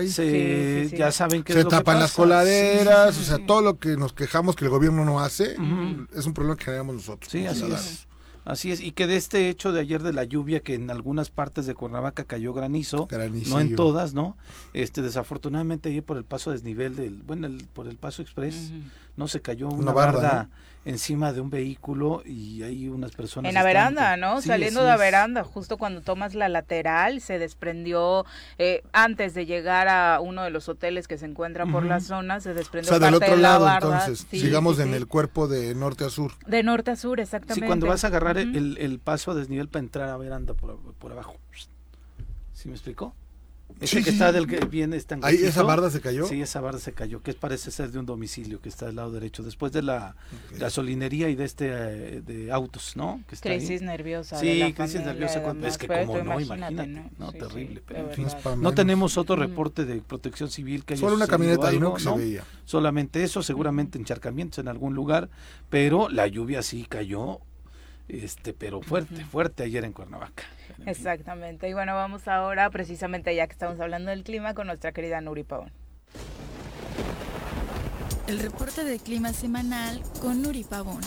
ya saben que se es lo tapan que las coladeras, o sea, todo lo que nos quejamos que el gobierno no hace, es un problema que generamos nosotros. Sí, así es. Así es, y que de este hecho de ayer de la lluvia, que en algunas partes de Cuernavaca cayó granizo, no en todas, ¿no? Desafortunadamente ayer por el paso a desnivel por el paso express, no se cayó una barda, ¿no? Encima de un vehículo y hay unas personas... En la veranda, ¿no? Sí, saliendo de la veranda, justo cuando tomas la lateral, se desprendió, antes de llegar a uno de los hoteles que se encuentra por la zona, se desprendió parte del otro de la lado, barda. Entonces, sigamos en el cuerpo de norte a sur. De norte a sur, exactamente. Sí, cuando vas a agarrar el paso a desnivel para entrar a veranda por abajo. ¿Sí me explicó? Ese que está del que viene ¿Ahí esa barda se cayó? Sí, esa barda se cayó, que parece ser de un domicilio que está del lado derecho, después de la gasolinería y de autos, ¿no? Que está crisis ahí. Nerviosa. Sí, crisis nerviosa. Es que como no, imagínate, ¿no? Sí, terrible. Pero en fin, no tenemos otro reporte de protección civil que haya solo una camioneta ahí, ¿no? Que se veía. Solamente eso, seguramente encharcamientos en algún lugar, pero la lluvia sí cayó, pero fuerte ayer en Cuernavaca. Exactamente, y bueno, vamos ahora precisamente ya que estamos hablando del clima con nuestra querida Nuri Pavón. El reporte de clima semanal con Nuri Pavón.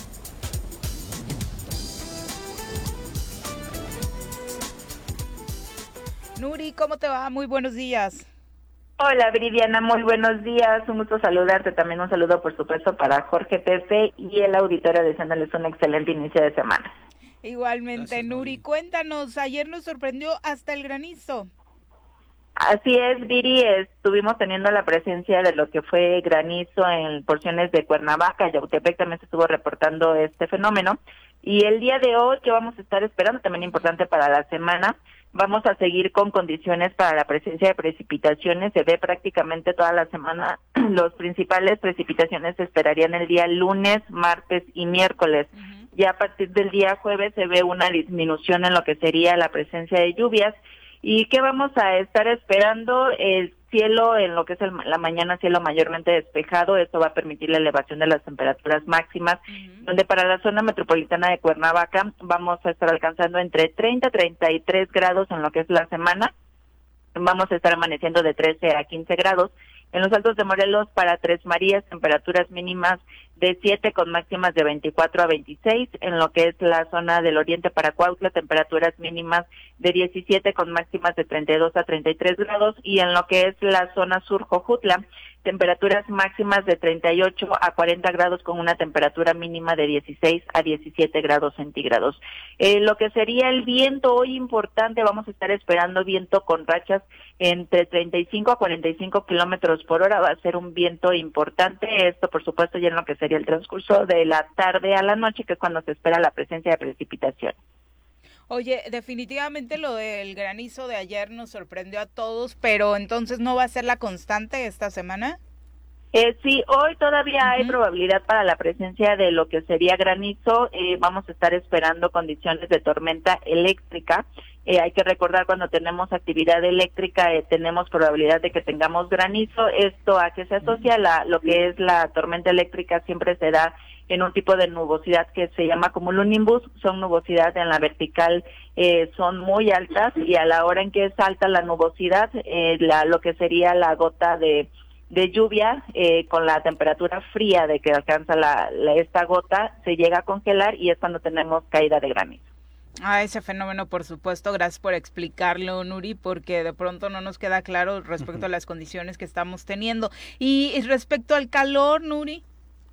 Nuri, ¿cómo te va? Muy buenos días. Hola, Viridiana, muy buenos días, un gusto saludarte, también un saludo por supuesto para Jorge, Pepe y el auditorio, deseándoles un excelente inicio de semana. Igualmente. Gracias, Nuri, cuéntanos, ayer nos sorprendió hasta el granizo. Así es, Viri, estuvimos teniendo la presencia de lo que fue granizo en porciones de Cuernavaca, Yautepec también se estuvo reportando este fenómeno, y el día de hoy que vamos a estar esperando, también importante para la semana, vamos a seguir con condiciones para la presencia de precipitaciones, se ve prácticamente toda la semana, los principales precipitaciones se esperarían el día lunes, martes y miércoles. Ya a partir del día jueves se ve una disminución en lo que sería la presencia de lluvias. ¿Y qué vamos a estar esperando? El cielo, en lo que es la mañana, cielo mayormente despejado. Esto va a permitir la elevación de las temperaturas máximas, donde para la zona metropolitana de Cuernavaca vamos a estar alcanzando entre 30 y 33 grados en lo que es la semana. Vamos a estar amaneciendo de 13 a 15 grados. En los Altos de Morelos, para Tres Marías, temperaturas mínimas de 7 con máximas de 24 a 26. En lo que es la zona del oriente para Cuautla, temperaturas mínimas de 17 con máximas de 32 a 33 grados. Y en lo que es la zona sur Jojutla, temperaturas máximas de 38 a 40 grados con una temperatura mínima de 16 a 17 grados centígrados. Lo que sería el viento hoy importante, vamos a estar esperando viento con rachas entre 35 a 45 kilómetros por hora, va a ser un viento importante, esto por supuesto ya en lo que sería el transcurso de la tarde a la noche, que es cuando se espera la presencia de precipitación. Oye, definitivamente lo del granizo de ayer nos sorprendió a todos, pero entonces ¿no va a ser la constante esta semana? Sí, hoy todavía hay probabilidad para la presencia de lo que sería granizo. Vamos a estar esperando condiciones de tormenta eléctrica. Hay que recordar, cuando tenemos actividad eléctrica, tenemos probabilidad de que tengamos granizo. ¿Esto a qué se asocia? Lo que es la tormenta eléctrica siempre se da en un tipo de nubosidad que se llama cumulonimbus. Son nubosidad en la vertical, son muy altas, y a la hora en que es alta la nubosidad, lo que sería la gota de lluvia, con la temperatura fría de que alcanza esta gota, se llega a congelar y es cuando tenemos caída de granizo. Ese fenómeno, por supuesto, gracias por explicarlo, Nuri, porque de pronto no nos queda claro respecto a las condiciones que estamos teniendo. Y respecto al calor, Nuri.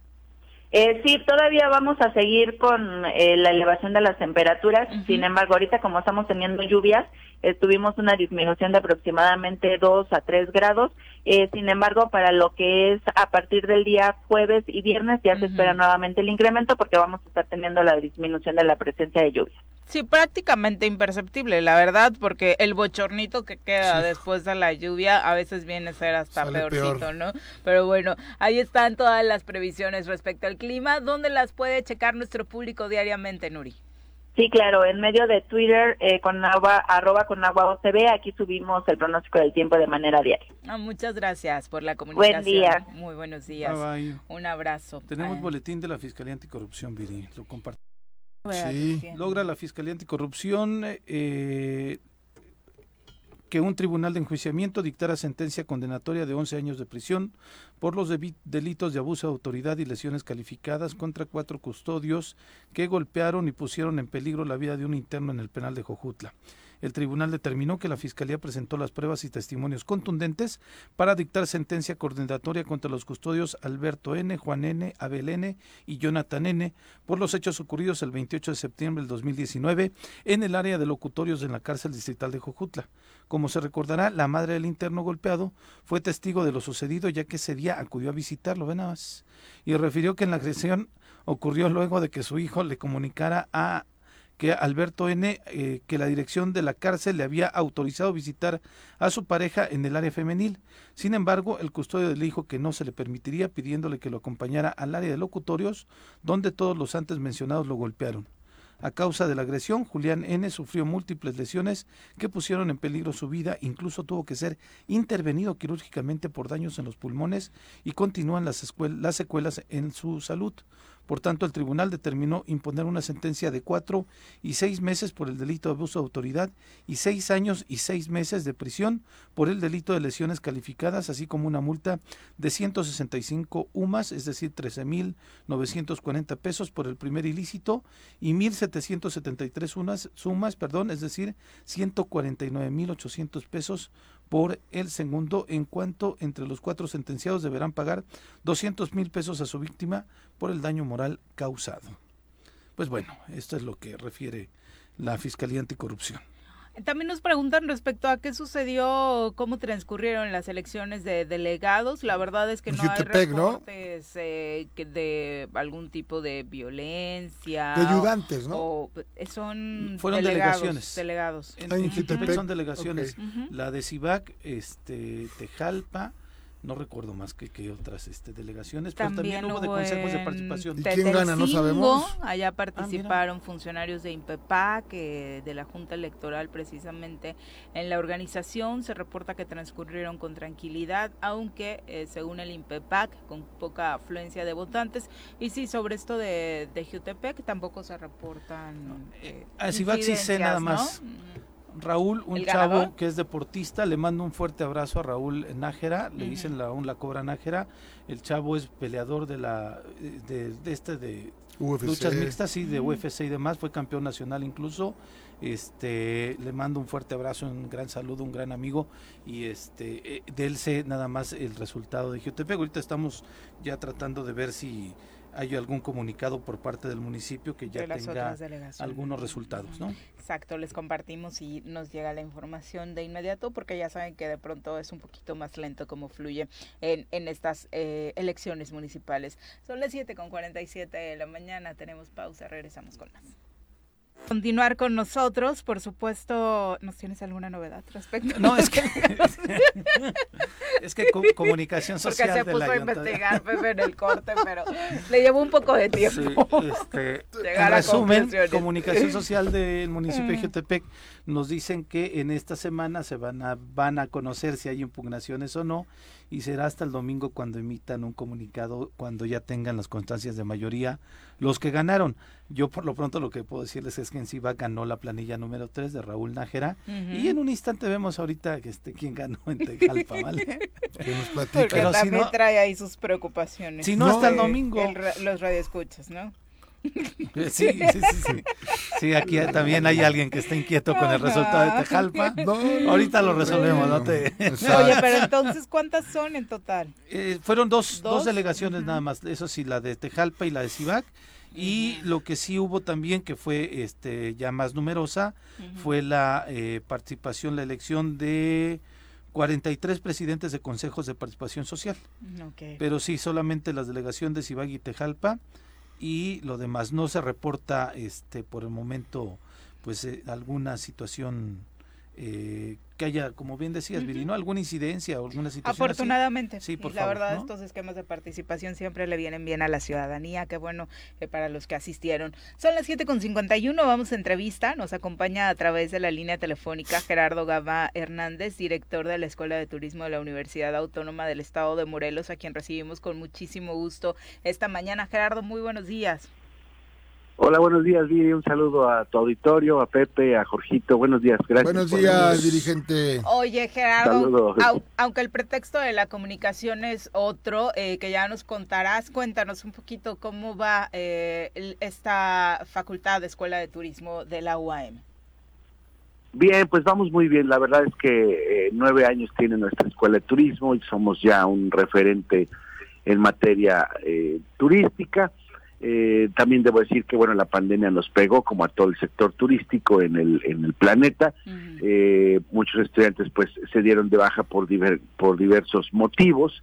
Sí, todavía vamos a seguir con la elevación de las temperaturas. Sin embargo, ahorita como estamos teniendo lluvias, tuvimos una disminución de aproximadamente 2 a 3 grados. Sin embargo, para lo que es a partir del día jueves y viernes ya se espera nuevamente el incremento, porque vamos a estar teniendo la disminución de la presencia de lluvia. Sí, prácticamente imperceptible, la verdad, porque el bochornito que queda después de la lluvia a veces viene a ser hasta peorcito, ¿no? Pero bueno, ahí están todas las previsiones respecto al clima. ¿Dónde las puede checar nuestro público diariamente, Nuri? Sí, claro, en medio de Twitter, @conagua_ocb, aquí subimos el pronóstico del tiempo de manera diaria. Muchas gracias por la comunicación. Buen día. Muy buenos días. Bye, bye. Un abrazo. Tenemos boletín de la Fiscalía Anticorrupción, Viri, lo compartimos. Sí. Logra la Fiscalía Anticorrupción que un tribunal de enjuiciamiento dictara sentencia condenatoria de 11 años de prisión por los delitos de abuso de autoridad y lesiones calificadas contra 4 custodios que golpearon y pusieron en peligro la vida de un interno en el penal de Jojutla. El tribunal determinó que la Fiscalía presentó las pruebas y testimonios contundentes para dictar sentencia condenatoria contra los custodios Alberto N., Juan N., Abel N. y Jonathan N. por los hechos ocurridos el 28 de septiembre del 2019 en el área de locutorios de la cárcel distrital de Jojutla. Como se recordará, la madre del interno golpeado fue testigo de lo sucedido, ya que ese día acudió a visitarlo, ven nada más, y refirió que la agresión ocurrió luego de que su hijo le comunicara a Alberto N., que la dirección de la cárcel le había autorizado visitar a su pareja en el área femenil. Sin embargo, el custodio le dijo que no se le permitiría, pidiéndole que lo acompañara al área de locutorios, donde todos los antes mencionados lo golpearon. A causa de la agresión, Julián N. sufrió múltiples lesiones que pusieron en peligro su vida, incluso tuvo que ser intervenido quirúrgicamente por daños en los pulmones y continúan las secuelas en su salud. Por tanto, el tribunal determinó imponer una sentencia de 4 y 6 meses por el delito de abuso de autoridad y 6 años y 6 meses de prisión por el delito de lesiones calificadas, así como una multa de 165 UMAS, es decir, 13,940 pesos por el primer ilícito, y 1,773 sumas, es decir, 149,800 pesos por el segundo, en cuanto entre los 4 sentenciados deberán pagar 200,000 pesos a su víctima por el daño moral causado. Pues bueno, esto es lo que refiere la Fiscalía Anticorrupción. También nos preguntan respecto a qué sucedió, cómo transcurrieron las elecciones de delegados. La verdad es que no hay reportes de algún tipo de violencia. De ayudantes, ¿no? Fueron delegaciones. En Jutepec son delegaciones. Okay. La de Cibac, Tejalpa, no recuerdo más que otras delegaciones, pero también hubo de consejos de participación. ¿Y quién gana? No sabemos. Allá participaron funcionarios de INPEPAC, de la Junta Electoral precisamente en la organización. Se reporta que transcurrieron con tranquilidad, aunque según el INPEPAC con poca afluencia de votantes. Y sí, sobre esto de Jutepec tampoco se reportan a Cibac sí sé nada más. ¿no? Raúl, un ¿El chavo ganador? que es deportista, le mando un fuerte abrazo a Raúl Nájera, le dicen aún la Cobra Nájera. El chavo es peleador de UFC. luchas mixtas, sí, de UFC y demás, fue campeón nacional incluso. Le mando un fuerte abrazo, un gran saludo, un gran amigo, y de él sé nada más el resultado de Jiutepec. Ahorita estamos ya tratando de ver si hay algún comunicado por parte del municipio que ya tenga algunos resultados, ¿no? Exacto, les compartimos y nos llega la información de inmediato, porque ya saben que de pronto es un poquito más lento como fluye en estas elecciones municipales. Son las 7:47 de la mañana, tenemos pausa, regresamos con más. Continuar con nosotros, por supuesto. ¿Nos tienes alguna novedad respecto? No, es que comunicación social. Porque se puso a investigar Pepe en el corte, pero le llevó un poco de tiempo. En resumen, comunicación social del municipio de Jiutepec nos dicen que en esta semana se van a conocer si hay impugnaciones o no, y será hasta el domingo cuando emitan un comunicado, cuando ya tengan las constancias de mayoría los que ganaron. Yo por lo pronto lo que puedo decirles es que en Cibac ganó la planilla número 3 de Raúl Nájera, y en un instante vemos ahorita quién ganó en Tejalpa, ¿vale? Que nos platica. Porque pero también si no, trae ahí sus preocupaciones. Si no, hasta el domingo. Los radioescuchas, ¿no? Sí. Sí, aquí también hay alguien que está inquieto con el resultado de Tejalpa. Ahorita lo resolvemos, ¿no? Oye, pero entonces, ¿cuántas son en total? Fueron dos delegaciones nada más, eso sí, la de Tejalpa y la de Cibac. Y lo que sí hubo también, que fue ya más numerosa, fue la participación, la elección de 43 presidentes de consejos de participación social. Okay. Pero sí, solamente las delegaciones de Cibac y Tejalpa, y lo demás no se reporta por el momento pues alguna situación que haya, como bien decías, Viri, ¿no? Alguna incidencia o alguna situación afortunadamente así. Sí, por la favor, verdad, ¿no? Estos esquemas de participación siempre le vienen bien a la ciudadanía, qué bueno para los que asistieron. Son las 7:51, vamos a entrevista, nos acompaña a través de la línea telefónica Gerardo Gama Hernández, director de la Escuela de Turismo de la Universidad Autónoma del Estado de Morelos, a quien recibimos con muchísimo gusto esta mañana. Gerardo, muy buenos días. Hola, buenos días, Viri. Un saludo a tu auditorio, a Pepe, a Jorgito. Buenos días, gracias. Buenos días, dirigente. Oye, Gerardo, Saludos. Aunque el pretexto de la comunicación es otro, que ya nos contarás, cuéntanos un poquito cómo va esta facultad de Escuela de Turismo de la UAM. Bien, pues vamos muy bien. La verdad es que 9 años tiene nuestra Escuela de Turismo y somos ya un referente en materia turística. También debo decir que la pandemia nos pegó como a todo el sector turístico en el planeta. Muchos estudiantes pues se dieron de baja por diversos motivos,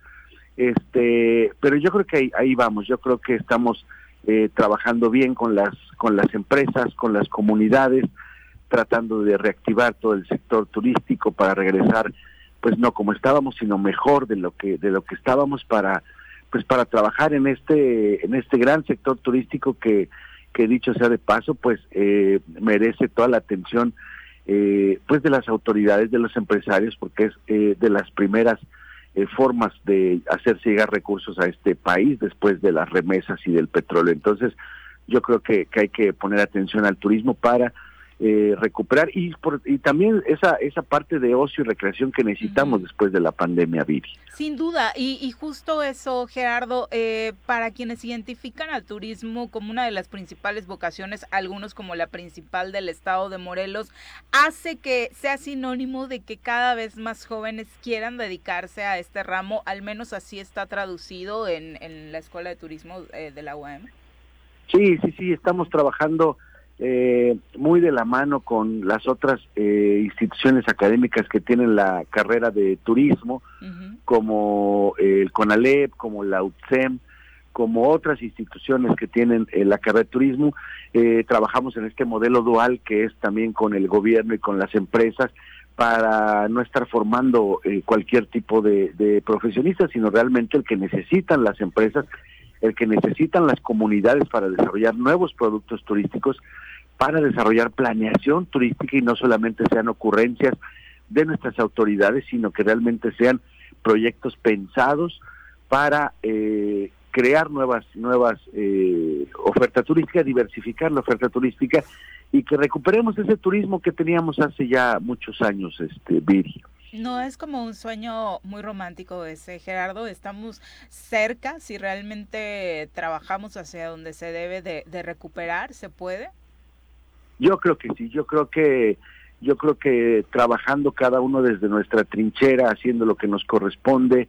pero yo creo que ahí vamos. Yo creo que estamos trabajando bien con las empresas, con las comunidades, tratando de reactivar todo el sector turístico para regresar pues no como estábamos, sino mejor de lo que estábamos, para trabajar en este gran sector turístico que dicho sea de paso, pues merece toda la atención pues de las autoridades, de los empresarios, porque es de las primeras formas de hacerse llegar recursos a este país después de las remesas y del petróleo. Entonces, yo creo que hay que poner atención al turismo para recuperar y también esa parte de ocio y recreación que necesitamos después de la pandemia, Viri. Sin duda, y justo eso, Gerardo, para quienes identifican al turismo como una de las principales vocaciones, algunos como la principal del estado de Morelos, hace que sea sinónimo de que cada vez más jóvenes quieran dedicarse a este ramo, al menos así está traducido en la Escuela de Turismo de la UAM. Sí, estamos trabajando muy de la mano con las otras instituciones académicas que tienen la carrera de turismo, como el CONALEP, como la UTSEM, como otras instituciones que tienen la carrera de turismo. Trabajamos en este modelo dual que es también con el gobierno y con las empresas, para no estar formando cualquier tipo de profesionistas, sino realmente el que necesitan las empresas, el que necesitan las comunidades para desarrollar nuevos productos turísticos, para desarrollar planeación turística, y no solamente sean ocurrencias de nuestras autoridades, sino que realmente sean proyectos pensados para que crear nuevas oferta turística, diversificar la oferta turística y que recuperemos ese turismo que teníamos hace ya muchos años, Viri. No es como un sueño muy romántico ese, Gerardo. Estamos cerca, si realmente trabajamos hacia donde se debe de recuperar, ¿se puede? Yo creo que sí, yo creo que trabajando cada uno desde nuestra trinchera, haciendo lo que nos corresponde,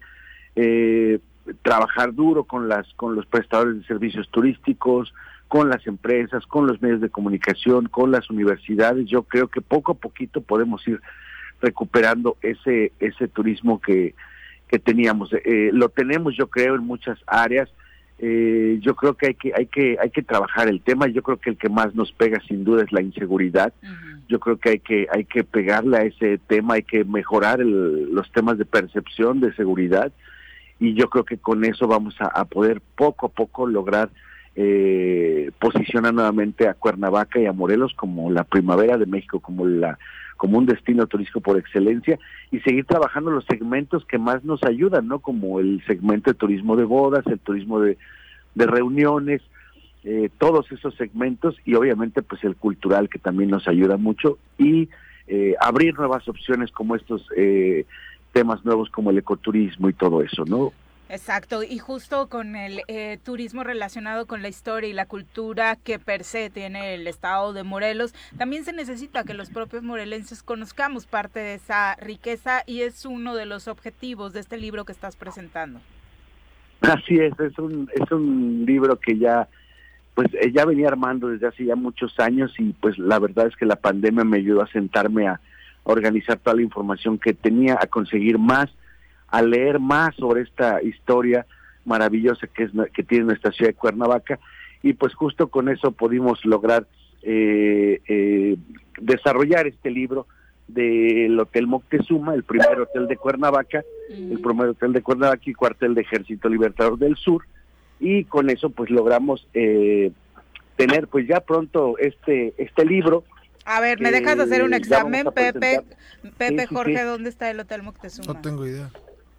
trabajar duro con los prestadores de servicios turísticos, con las empresas, con los medios de comunicación, con las universidades, yo creo que poco a poquito podemos ir recuperando ese turismo que teníamos. Lo tenemos, yo creo, en muchas áreas. Yo creo que hay que trabajar el tema. Yo creo que el que más nos pega sin duda es la inseguridad. Uh-huh. Yo creo que hay que pegarle a ese tema, hay que mejorar los temas de percepción de seguridad, y yo creo que con eso vamos a poder poco a poco lograr posicionar nuevamente a Cuernavaca y a Morelos como la primavera de México, como un destino turístico por excelencia, y seguir trabajando los segmentos que más nos ayudan, ¿no? Como el segmento de turismo de bodas, el turismo de reuniones, todos esos segmentos, y obviamente pues el cultural, que también nos ayuda mucho, y abrir nuevas opciones como estos temas nuevos como el ecoturismo y todo eso, ¿no? Exacto, y justo con el turismo relacionado con la historia y la cultura que per se tiene el estado de Morelos, también se necesita que los propios morelenses conozcamos parte de esa riqueza, y es uno de los objetivos de este libro que estás presentando. Así es un libro que ya venía armando desde hace ya muchos años, y pues la verdad es que la pandemia me ayudó a sentarme a organizar toda la información que tenía, a conseguir más, a leer más sobre esta historia maravillosa que tiene nuestra ciudad de Cuernavaca, y pues justo con eso pudimos lograr desarrollar este libro del Hotel Moctezuma, el primer hotel de Cuernavaca, el primer hotel de Cuernavaca y cuartel de Ejército Libertador del Sur, y con eso pues logramos tener pues ya pronto este libro. A ver, ¿me dejas hacer un examen, Pepe? Pepe, sí, Jorge, sí. ¿Dónde está el Hotel Moctezuma? No tengo idea.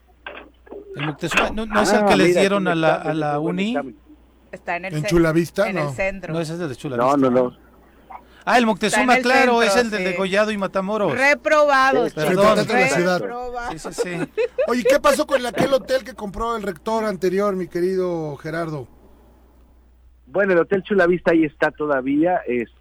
El Moctezuma, ¿no es el que les dieron a la uni? Está en Chulavista, en el centro. No, ese es el de Chulavista. No. Ah, el Moctezuma, claro, centro, es el de Degollado y Matamoros. Reprobados. Perdón. Sí. Oye, ¿qué pasó con aquel hotel que compró el rector anterior, mi querido Gerardo? Bueno, el Hotel Chulavista ahí está todavía,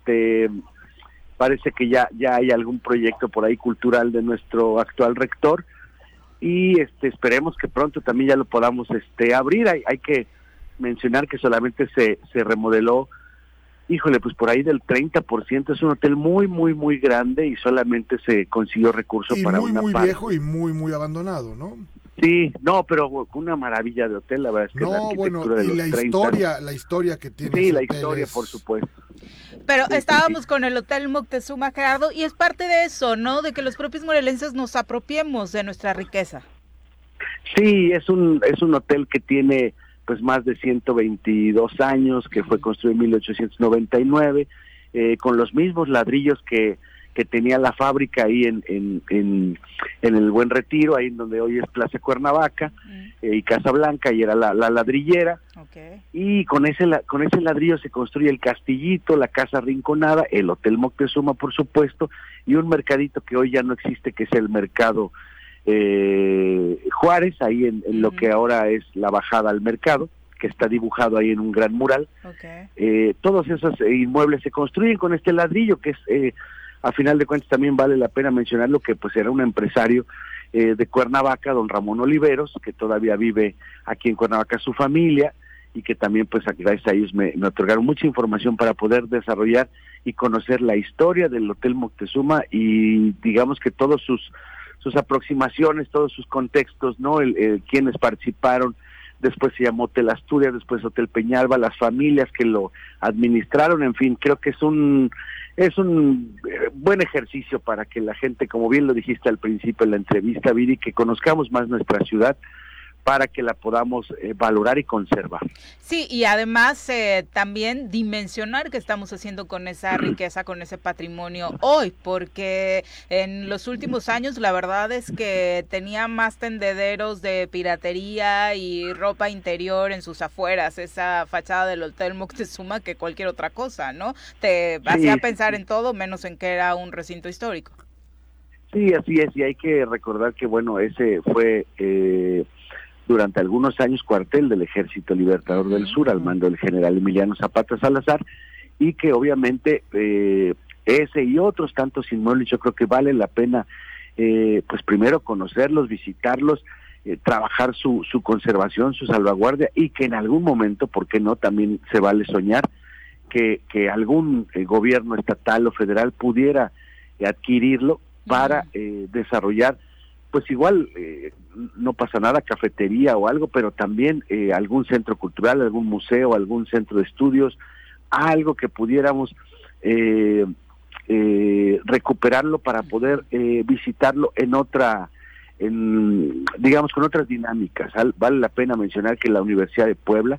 parece que ya hay algún proyecto por ahí cultural de nuestro actual rector, y esperemos que pronto también ya lo podamos abrir. Hay que mencionar que solamente se remodeló, híjole, pues por ahí del 30%, es un hotel muy, muy, muy grande, y solamente se consiguió recursos para una parte. Y muy viejo y muy, muy abandonado, ¿no? Sí, no, pero una maravilla de hotel, la verdad es que la arquitectura de los 30... la historia que tiene. Sí, la historia, por supuesto. Pero estábamos con el Hotel Moctezuma, Gerardo, y es parte de eso, ¿no? De que los propios morelenses nos apropiemos de nuestra riqueza. Sí, es un hotel que tiene pues más de 122 años, que fue construido en 1899, con los mismos ladrillos que tenía la fábrica ahí en el Buen Retiro, ahí donde hoy es Plaza Cuernavaca, y Casa Blanca, y era la ladrillera. Okay. Y con ese ladrillo se construye el Castillito, la Casa Rinconada, el Hotel Moctezuma, por supuesto, y un mercadito que hoy ya no existe, que es el Mercado Juárez, ahí en lo que ahora es la bajada al mercado, que está dibujado ahí en un gran mural. Okay. Todos esos inmuebles se construyen con este ladrillo, que es, a final de cuentas también vale la pena mencionarlo, que pues era un empresario de Cuernavaca, don Ramón Oliveros, que todavía vive aquí en Cuernavaca su familia, y que también pues gracias a ellos me otorgaron mucha información para poder desarrollar y conocer la historia del Hotel Moctezuma, y digamos que todos sus aproximaciones, todos sus contextos, ¿no? Quienes participaron. Después se llamó Hotel Asturias, después Hotel Peñalba, las familias que lo administraron, en fin, creo que es un buen ejercicio para que la gente, como bien lo dijiste al principio en la entrevista, Viri, que conozcamos más nuestra ciudad, para que la podamos valorar y conservar. Sí, y además también dimensionar qué estamos haciendo con esa riqueza, con ese patrimonio hoy, porque en los últimos años la verdad es que tenía más tendederos de piratería y ropa interior en sus afueras, esa fachada del Hotel Moctezuma, que cualquier otra cosa, ¿no? Te hacía pensar en todo menos en que era un recinto histórico. Sí, así es, y hay que recordar que, bueno, ese fue durante algunos años cuartel del Ejército Libertador del Sur, al mando del general Emiliano Zapata Salazar, y que obviamente ese y otros tantos inmuebles yo creo que vale la pena, pues primero conocerlos, visitarlos, trabajar su conservación, su salvaguardia, y que en algún momento, ¿por qué no?, también se vale soñar que algún gobierno estatal o federal pudiera adquirirlo para desarrollar, pues igual no pasa nada, cafetería o algo, pero también algún centro cultural, algún museo, algún centro de estudios, algo que pudiéramos recuperarlo para poder visitarlo digamos con otras dinámicas. Vale la pena mencionar que la Universidad de Puebla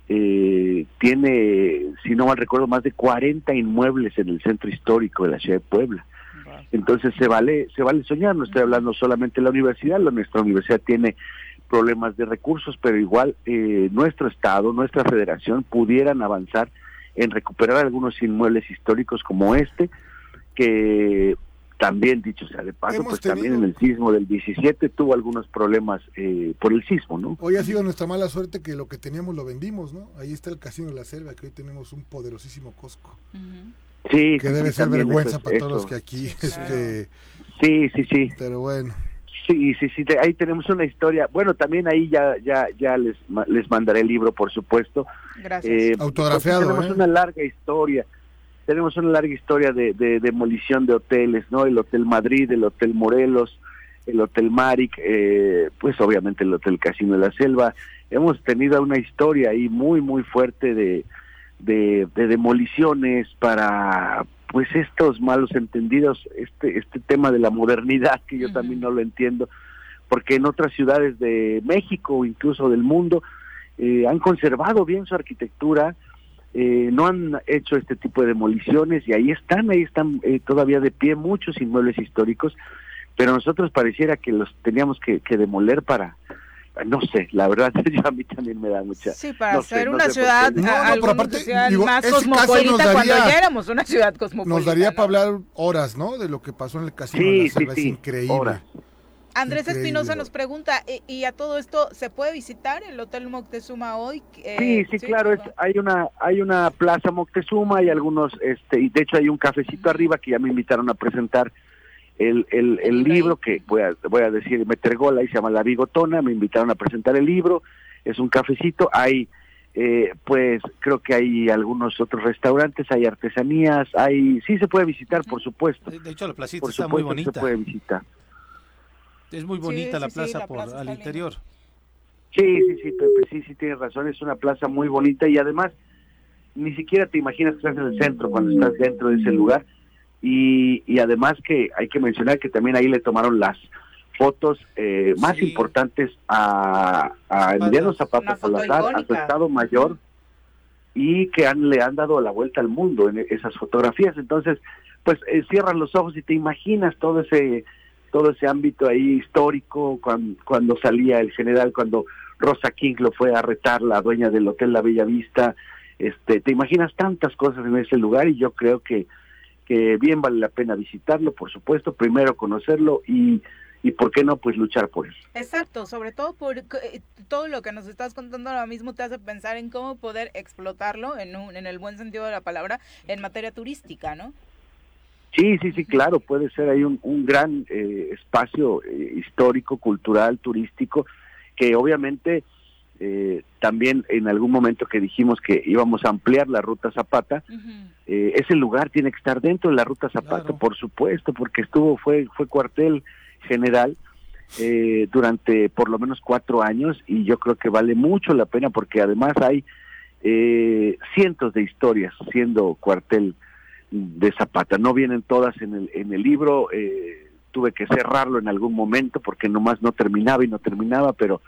tiene, si no mal recuerdo, más de 40 inmuebles en el centro histórico de la ciudad de Puebla. Entonces se vale soñar, no estoy hablando solamente de la universidad, nuestra universidad tiene problemas de recursos, pero igual nuestro estado, nuestra federación pudieran avanzar en recuperar algunos inmuebles históricos como este, que también, dicho sea de paso, pues también en el sismo del 17 tuvo algunos problemas por el sismo, ¿no? Hoy ha sido nuestra mala suerte que lo que teníamos lo vendimos, ¿no? Ahí está el Casino de la Selva, que hoy tenemos un poderosísimo Costco. Sí, que debe ser vergüenza para todos los que aquí sí, pero bueno, sí, ahí tenemos una historia. Bueno, también ahí ya les mandaré el libro, por supuesto. Gracias. Autografiado. Tenemos una larga historia de demolición de hoteles, ¿no? El Hotel Madrid, el Hotel Morelos, el Hotel Maric, pues obviamente el Hotel Casino de la Selva. Hemos tenido una historia ahí muy muy fuerte de demoliciones para pues estos malos entendidos, este tema de la modernidad que yo también no lo entiendo, porque en otras ciudades de México o incluso del mundo han conservado bien su arquitectura, no han hecho este tipo de demoliciones y ahí están todavía de pie muchos inmuebles históricos, pero nosotros pareciera que los teníamos que demoler para, no sé, la verdad a mí también me da mucha... Sí, para hacer una ciudad, pero aparte, digo, más cosmopolita cuando ya éramos una ciudad cosmopolita. Nos daría para hablar horas, ¿no? De lo que pasó en el Casino de la Selva, es increíble. Horas. Andrés Espinosa nos pregunta, y a todo esto, ¿se puede visitar el Hotel Moctezuma hoy? Sí, claro, hay una plaza Moctezuma, hay algunos, y de hecho hay un cafecito arriba que ya me invitaron a presentar el libro que voy a decir, meter gol, ahí se llama La Bigotona, me invitaron a presentar el libro, es un cafecito, hay pues creo que hay algunos otros restaurantes, hay artesanías, sí se puede visitar, por supuesto. De hecho la placita está muy bonita. Se puede visitar. Es muy bonita la plaza al interior. Sí, Pepe, sí tienes razón, es una plaza muy bonita y además ni siquiera te imaginas que estás en el centro cuando estás dentro de ese lugar. Y además que hay que mencionar que también ahí le tomaron las fotos más importantes a Emiliano Zapata Salazar, a su estado mayor, y que le han dado la vuelta al mundo en esas fotografías. Entonces, pues cierran los ojos y te imaginas todo ese ámbito ahí histórico, cuando salía el general, cuando Rosa King lo fue a retar, la dueña del Hotel La Bella Vista. Te imaginas tantas cosas en ese lugar y yo creo que bien vale la pena visitarlo, por supuesto, primero conocerlo y por qué no, pues luchar por él. Exacto, sobre todo por todo lo que nos estás contando ahora mismo te hace pensar en cómo poder explotarlo en el buen sentido de la palabra en materia turística, ¿no? Sí, claro, puede ser ahí un gran espacio histórico, cultural, turístico, que obviamente también en algún momento que dijimos que íbamos a ampliar la Ruta Zapata, ese lugar tiene que estar dentro de la Ruta Zapata, claro. Por supuesto, porque fue cuartel general durante por lo menos 4 años y yo creo que vale mucho la pena porque además hay cientos de historias siendo cuartel de Zapata. No vienen todas en el libro, tuve que cerrarlo en algún momento porque nomás no terminaba, pero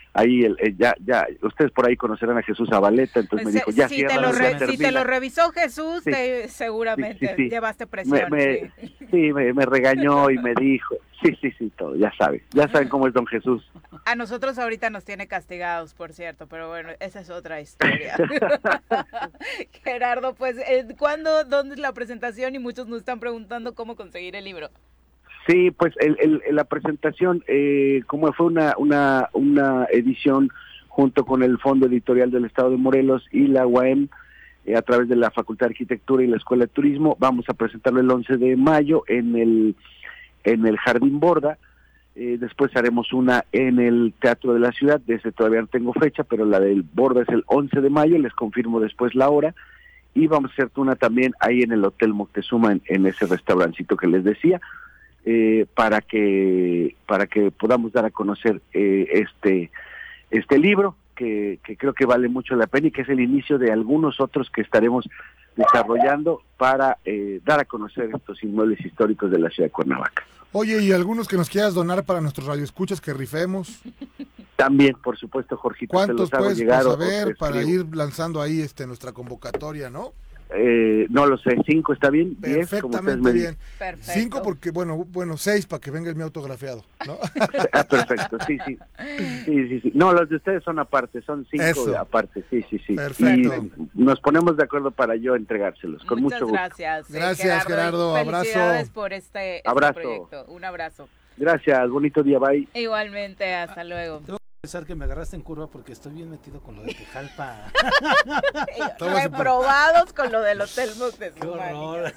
ahí ya ustedes por ahí conocerán a Jesús Zabaleta, entonces me dijo, si te lo revisó Jesús, sí, seguramente sí. llevaste presión. Me regañó y me dijo, sí, todo, ya saben cómo es don Jesús. A nosotros ahorita nos tiene castigados, por cierto, pero bueno, esa es otra historia. Gerardo, pues, ¿dónde es la presentación? Y muchos nos están preguntando cómo conseguir el libro. Sí, pues la presentación, como fue una edición junto con el Fondo Editorial del Estado de Morelos y la UAM, a través de la Facultad de Arquitectura y la Escuela de Turismo, vamos a presentarlo el 11 de mayo en el Jardín Borda. Después haremos una en el Teatro de la Ciudad, desde todavía no tengo fecha, pero la del Borda es el 11 de mayo, les confirmo después la hora, y vamos a hacer una también ahí en el Hotel Moctezuma, en ese restaurancito que les decía, para que podamos dar a conocer este libro, que creo que vale mucho la pena y que es el inicio de algunos otros que estaremos desarrollando para dar a conocer estos inmuebles históricos de la ciudad de Cuernavaca. Oye, ¿y algunos que nos quieras donar para nuestros radioescuchas que rifemos? También, por supuesto, Jorgito. ¿Cuántos puedes saber para ir lanzando ahí nuestra convocatoria, no? No lo sé, 5 está bien, 10, perfectamente bien. Perfecto. 5 porque, bueno, 6 para que venga el mío autografiado, ¿no? Perfecto, sí. No, los de ustedes son aparte, son 5 aparte, sí. Perfecto. Y nos ponemos de acuerdo para yo entregárselos, con Muchas mucho gusto. Gracias, Gerardo. Felicidades por este proyecto. Un abrazo. Gracias, bonito día, bye. Igualmente, hasta luego. Pensar que me agarraste en curva porque estoy bien metido con lo de Tejalpa. Reprobados con lo del Hotel Moctezuma. ¡Qué horror!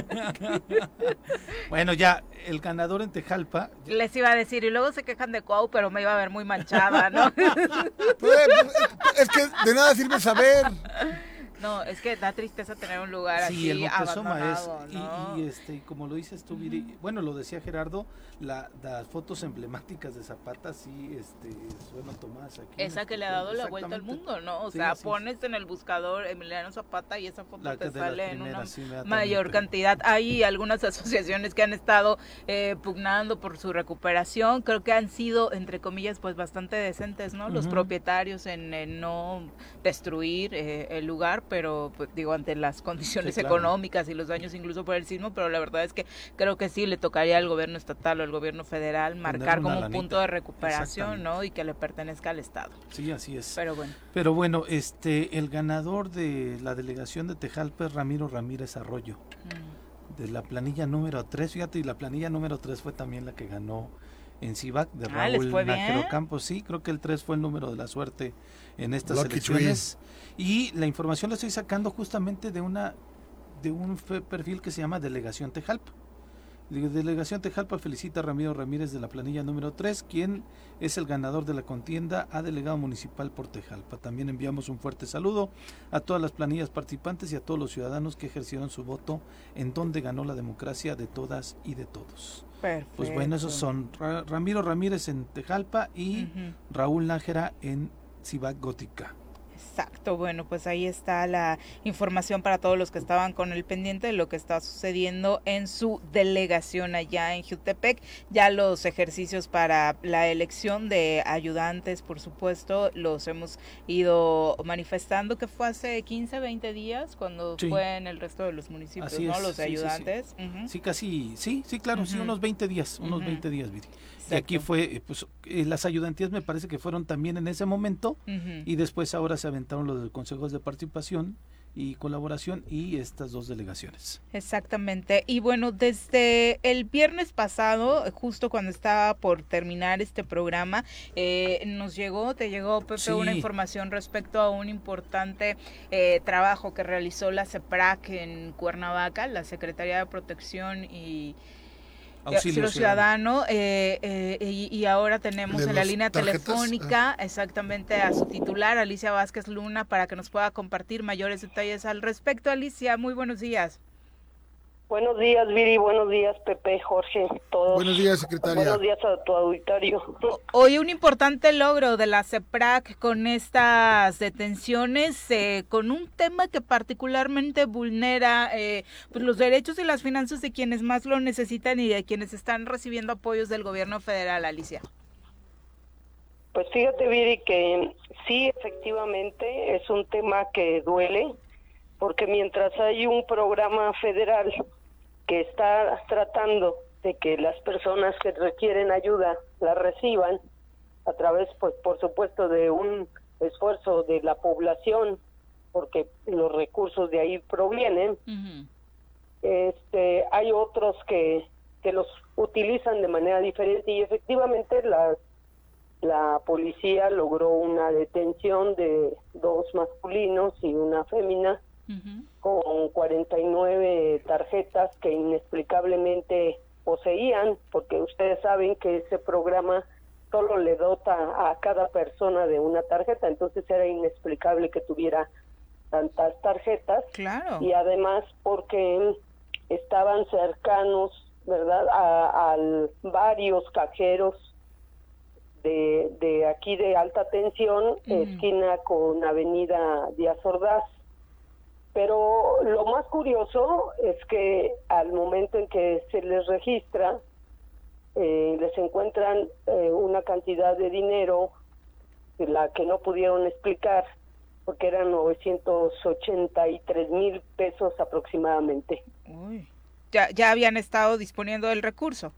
Bueno, ya, el ganador en Tejalpa. Les iba a decir, y luego se quejan de Cuau, pero me iba a ver muy manchada, ¿no? Es que de nada sirve saber. No, es que da tristeza tener un lugar sí, así el abandonado, es, ¿no? y como lo dices tú, Viri, bueno, lo decía Gerardo, las fotos emblemáticas de Zapata sí fueron tomadas aquí. Esa que le ha dado la vuelta al mundo, ¿no? O sea, pones en el buscador Emiliano Zapata y esa foto te sale en una mayor cantidad. Hay algunas asociaciones que han estado pugnando por su recuperación, creo que han sido, entre comillas, pues bastante decentes, ¿no? Los propietarios en no destruir el lugar, pero pues, digo, ante las condiciones económicas y los daños incluso por el sismo, pero la verdad es que creo que sí le tocaría al gobierno estatal o al gobierno federal marcar como un punto de recuperación, ¿no? Y que le pertenezca al Estado. Sí, así es. Pero bueno, el ganador de la delegación de Tejalpa es Ramiro Ramírez Arroyo, de la planilla número 3, fíjate, y la planilla número 3 fue también la que ganó en Cibac, de Raúl Nájero Campos. Sí, creo que el 3 fue el número de la suerte en estas elecciones. Y la información la estoy sacando justamente de un perfil que se llama Delegación Tejalpa. Delegación Tejalpa felicita a Ramiro Ramírez de la planilla número 3, quien es el ganador de la contienda a delegado municipal por Tejalpa. También enviamos un fuerte saludo a todas las planillas participantes y a todos los ciudadanos que ejercieron su voto en donde ganó la democracia de todas y de todos. Perfecto. Pues bueno, esos son Ramiro Ramírez en Tejalpa y Raúl Nájera en Cibac Gótica. Exacto, bueno, pues ahí está la información para todos los que estaban con el pendiente de lo que está sucediendo en su delegación allá en Jutepec. Ya los ejercicios para la elección de ayudantes, por supuesto, los hemos ido manifestando, que fue hace 15, 20 días, cuando fue en el resto de los municipios, ¿no? Los de ayudantes. Sí, casi, sí, claro, sí, unos 20 días, Viri. Y aquí fue, pues, las ayudantías me parece que fueron también en ese momento, y después ahora se aventaron los de consejos de participación y colaboración y estas dos delegaciones. Exactamente. Y bueno, desde el viernes pasado, justo cuando estaba por terminar este programa, te llegó, Pepe, una información respecto a un importante trabajo que realizó la CEPRAC en Cuernavaca, la Secretaría de Protección y Auxilio Ciudadano, y ahora tenemos en la línea telefónica exactamente a su titular, Alicia Vázquez Luna, para que nos pueda compartir mayores detalles al respecto. Alicia, muy buenos días. Buenos días, Viri, buenos días, Pepe, Jorge, todos. Buenos días, secretaria. Buenos días a tu auditorio. Hoy un importante logro de la CEPRAC con estas detenciones, con un tema que particularmente vulnera pues los derechos y las finanzas de quienes más lo necesitan y de quienes están recibiendo apoyos del gobierno federal, Alicia. Pues fíjate, Viri, que sí, efectivamente, es un tema que duele, porque mientras hay un programa federal que está tratando de que las personas que requieren ayuda la reciban a través, pues por supuesto, de un esfuerzo de la población, porque los recursos de ahí provienen, hay otros que los utilizan de manera diferente, y efectivamente la policía logró una detención de 2 masculinos y una fémina con 49 tarjetas que inexplicablemente poseían, porque ustedes saben que ese programa solo le dota a cada persona de una tarjeta, entonces era inexplicable que tuviera tantas tarjetas. Claro. Y además porque estaban cercanos, ¿verdad?, a varios cajeros de aquí de alta tensión, esquina con Avenida Díaz Ordaz. Pero lo más curioso es que al momento en que se les registra, les encuentran una cantidad de dinero de la que no pudieron explicar, porque eran 983,000 pesos aproximadamente. Uy. Ya habían estado disponiendo del recurso.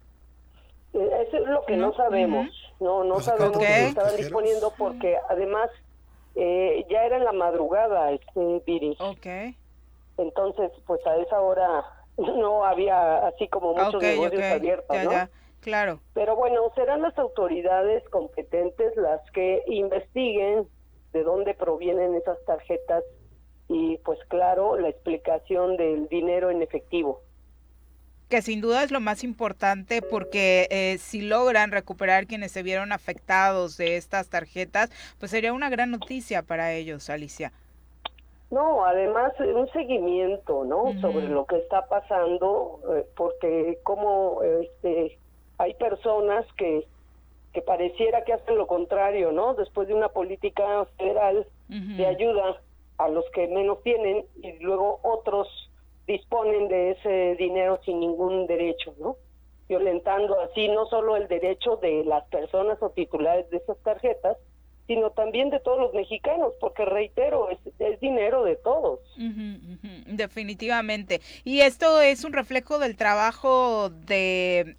Eso es lo que no sabemos. No sabemos si estaban disponiendo, porque además ya era en la madrugada, Viri. Okay. Entonces, pues a esa hora no había así como muchos negocios abiertos, ¿no? Ya, claro. Pero bueno, serán las autoridades competentes las que investiguen de dónde provienen esas tarjetas y, pues claro, la explicación del dinero en efectivo. Que sin duda es lo más importante, porque si logran recuperar quienes se vieron afectados de estas tarjetas, pues sería una gran noticia para ellos, Alicia. No, además un seguimiento, ¿no? Sobre lo que está pasando, porque como hay personas que pareciera que hacen lo contrario, ¿no? Después de una política federal de ayuda a los que menos tienen, y luego otros disponen de ese dinero sin ningún derecho, ¿no? Violentando así no solo el derecho de las personas o titulares de esas tarjetas, sino también de todos los mexicanos, porque reitero, es dinero de todos. Definitivamente. Y esto es un reflejo del trabajo de,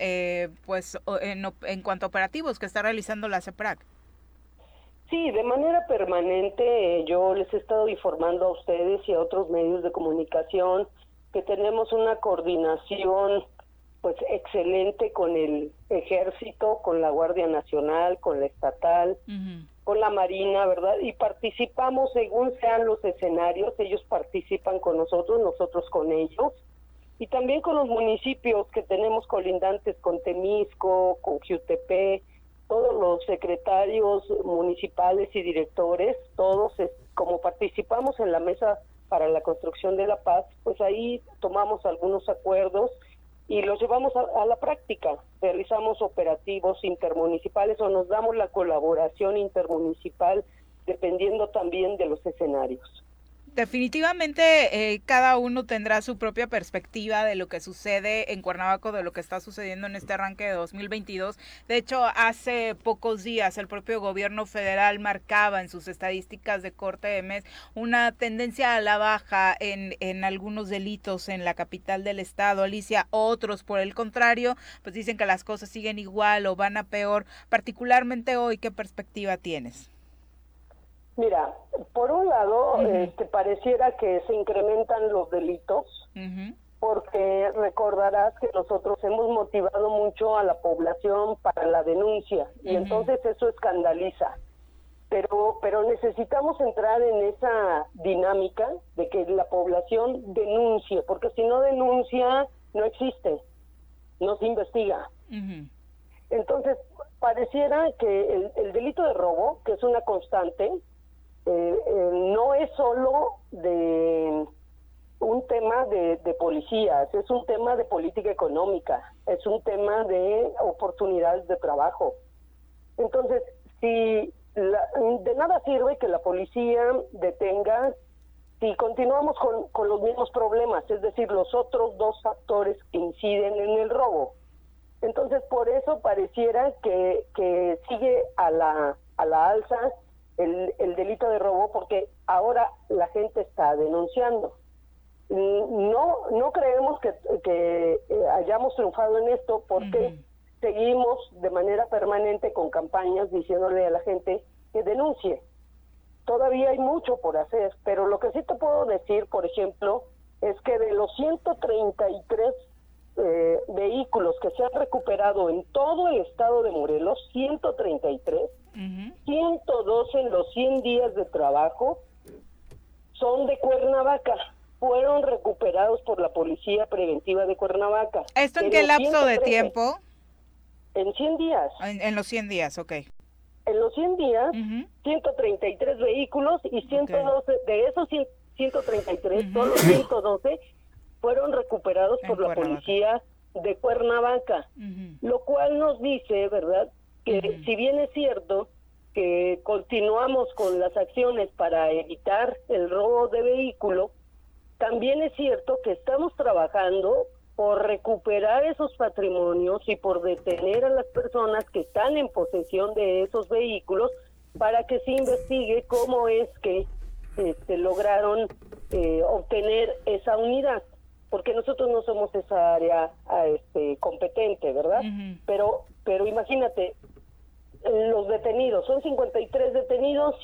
en cuanto a operativos que está realizando la CEPRAC. Sí, de manera permanente yo les he estado informando a ustedes y a otros medios de comunicación que tenemos una coordinación pues excelente con el Ejército, con la Guardia Nacional, con la Estatal, con la Marina, ¿verdad? Y participamos según sean los escenarios, ellos participan con nosotros, nosotros con ellos, y también con los municipios que tenemos colindantes con Temisco, con Jiutepec, todos los secretarios municipales y directores, todos, como participamos en la mesa para la construcción de la paz, pues ahí tomamos algunos acuerdos y los llevamos a la práctica. Realizamos operativos intermunicipales o nos damos la colaboración intermunicipal dependiendo también de los escenarios. Definitivamente cada uno tendrá su propia perspectiva de lo que sucede en Cuernavaca, de lo que está sucediendo en este arranque de 2022. De hecho, hace pocos días el propio gobierno federal marcaba en sus estadísticas de corte de mes una tendencia a la baja en algunos delitos en la capital del estado, Alicia. Otros, por el contrario, pues dicen que las cosas siguen igual o van a peor. Particularmente hoy, ¿qué perspectiva tienes? Mira, por un lado, pareciera que se incrementan los delitos, porque recordarás que nosotros hemos motivado mucho a la población para la denuncia, y entonces eso escandaliza. Pero necesitamos entrar en esa dinámica de que la población denuncie, porque si no denuncia, no existe, no se investiga. Entonces, pareciera que el delito de robo, que es una constante, no es solo de un tema de policías, es un tema de política económica, es un tema de oportunidades de trabajo. Entonces, si de nada sirve que la policía detenga si continuamos con los mismos problemas, es decir, los otros dos factores que inciden en el robo. Entonces, por eso pareciera que sigue a la alza el delito de robo, porque ahora la gente está denunciando. No creemos que hayamos triunfado en esto, porque seguimos de manera permanente con campañas diciéndole a la gente que denuncie. Todavía hay mucho por hacer, pero lo que sí te puedo decir, por ejemplo, es que de los 133 vehículos que se han recuperado en todo el estado de Morelos, 133, 112 en los 100 días de trabajo son de Cuernavaca. Fueron recuperados por la Policía Preventiva de Cuernavaca. ¿Esto en qué lapso de tiempo? En 100 días. En los 100 días, ok. En los 100 días, 133 vehículos y 112, de esos 133, solo 112 fueron recuperados por la Policía de Cuernavaca, lo cual nos dice, ¿verdad?, que si bien es cierto que continuamos con las acciones para evitar el robo de vehículo, también es cierto que estamos trabajando por recuperar esos patrimonios y por detener a las personas que están en posesión de esos vehículos para que se investigue cómo es que lograron obtener esa unidad, porque nosotros no somos esa área competente, ¿verdad? Pero imagínate, los detenidos, son 53 detenidos,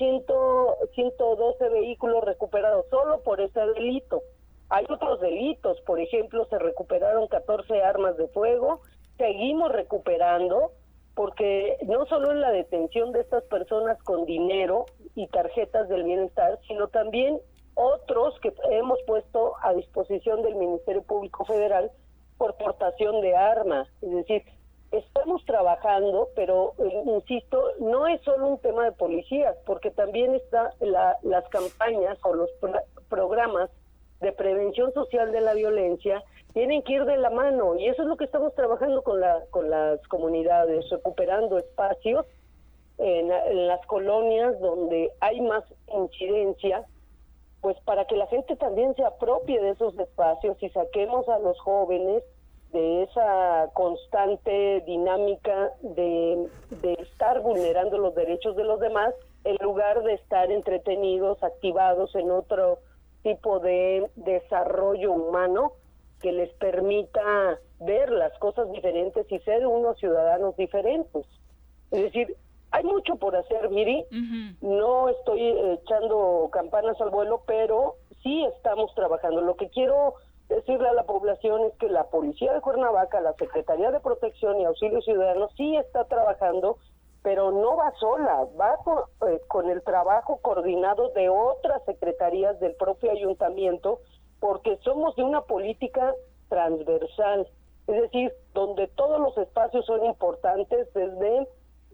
112 vehículos recuperados solo por ese delito. Hay otros delitos, por ejemplo, se recuperaron 14 armas de fuego, seguimos recuperando, porque no solo en la detención de estas personas con dinero y tarjetas del bienestar, sino también otros que hemos puesto a disposición del Ministerio Público Federal por portación de armas. Es decir, estamos trabajando, pero insisto, no es solo un tema de policías, porque también está las campañas o los programas de prevención social de la violencia tienen que ir de la mano, y eso es lo que estamos trabajando con las comunidades, recuperando espacios en las colonias donde hay más incidencia, pues para que la gente también se apropie de esos espacios y saquemos a los jóvenes de esa constante dinámica de estar vulnerando los derechos de los demás, en lugar de estar entretenidos, activados en otro tipo de desarrollo humano que les permita ver las cosas diferentes y ser unos ciudadanos diferentes. Es decir, hay mucho por hacer, Viri. No estoy echando campanas al vuelo, pero sí estamos trabajando. Lo que quiero decirle a la población es que la Policía de Cuernavaca, la Secretaría de Protección y Auxilio Ciudadano sí está trabajando, pero no va sola, va con el trabajo coordinado de otras secretarías del propio ayuntamiento, porque somos de una política transversal, es decir, donde todos los espacios son importantes, desde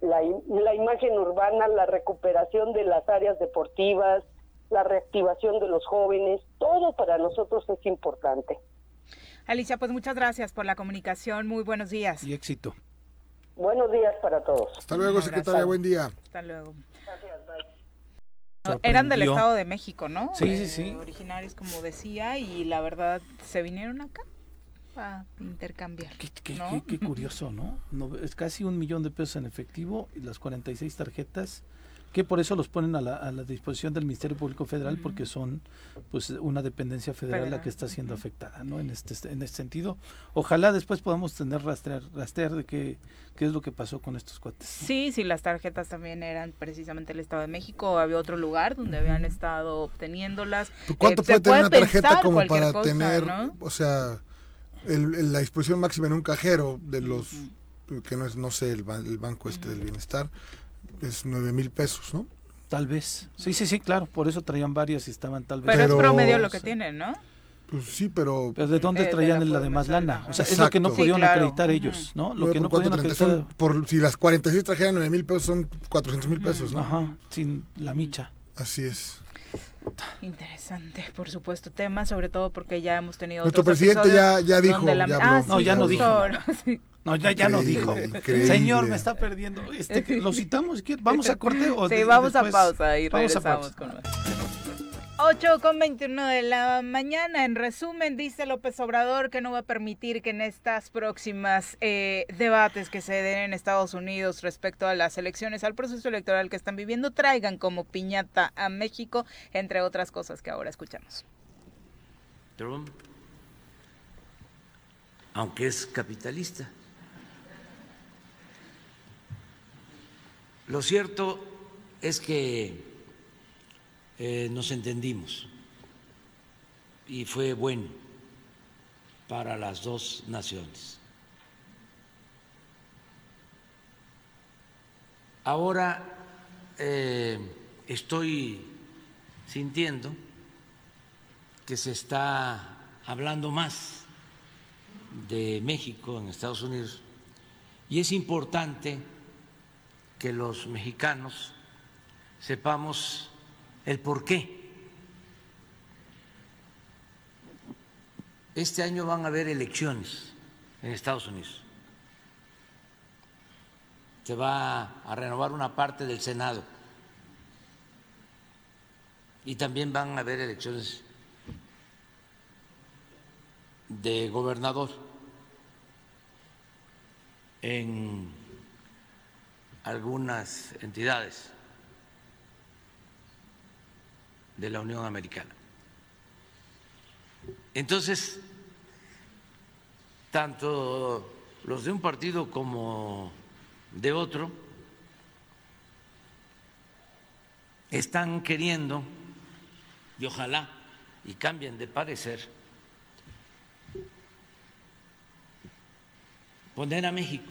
la imagen urbana, la recuperación de las áreas deportivas, la reactivación de los jóvenes, todo para nosotros es importante. Alicia, pues muchas gracias por la comunicación, muy buenos días. Y éxito. Buenos días para todos. Hasta luego, secretaria, buen día. Hasta luego. Gracias, bye. Eran del Estado de México, ¿no? Sí. Originarios, como decía, y la verdad se vinieron acá a intercambiar. Qué curioso, ¿no? Es casi 1 millón de pesos en efectivo y las 46 tarjetas, que por eso los ponen a la disposición del Ministerio Público Federal, porque son pues una dependencia federal la que está siendo afectada, ¿no? En este sentido. Ojalá después podamos tener rastrear de qué es lo que pasó con estos cuates, ¿no? Sí, las tarjetas también eran precisamente el Estado de México, o había otro lugar donde habían estado obteniéndolas. ¿Cuánto puede tener una tarjeta como para cosa, tener, ¿no? o sea, la disposición máxima en un cajero de los, que no es, no sé, el banco del bienestar, es 9,000 pesos, ¿no? Tal vez. Sí, claro, por eso traían varias y estaban tal vez. Pero es promedio lo que tienen, ¿no? Pues sí, pero ¿de dónde traían la demás lana? O sea, es lo que no pudieron acreditar ellos, ¿no? Lo que no pudieron acreditar. Si las 46 trajeran 9,000 pesos, son 400,000 pesos, ¿no? Ajá, sin la micha. Así es. Interesante, por supuesto, tema, sobre todo porque ya hemos tenido nuestro presidente ya dijo, ya no dijo. No, ya no dijo. Increíble. Señor, me está perdiendo. ¿Lo citamos? ¿Vamos a corte? Sí, vamos a pausa y regresamos con más. 8:21 de la mañana. En resumen, dice López Obrador que no va a permitir que en estas próximas debates que se den en Estados Unidos respecto a las elecciones, al proceso electoral que están viviendo, traigan como piñata a México, entre otras cosas que ahora escuchamos. Trump, aunque es capitalista, lo cierto es que nos entendimos y fue bueno para las dos naciones. Ahora estoy sintiendo que se está hablando más de México en Estados Unidos y es importante que los mexicanos sepamos el por qué. Este año van a haber elecciones en Estados Unidos. Se va a renovar una parte del Senado y también van a haber elecciones de gobernador en algunas entidades de la Unión Americana. Entonces, tanto los de un partido como de otro están queriendo, y ojalá y cambien de parecer, poner a México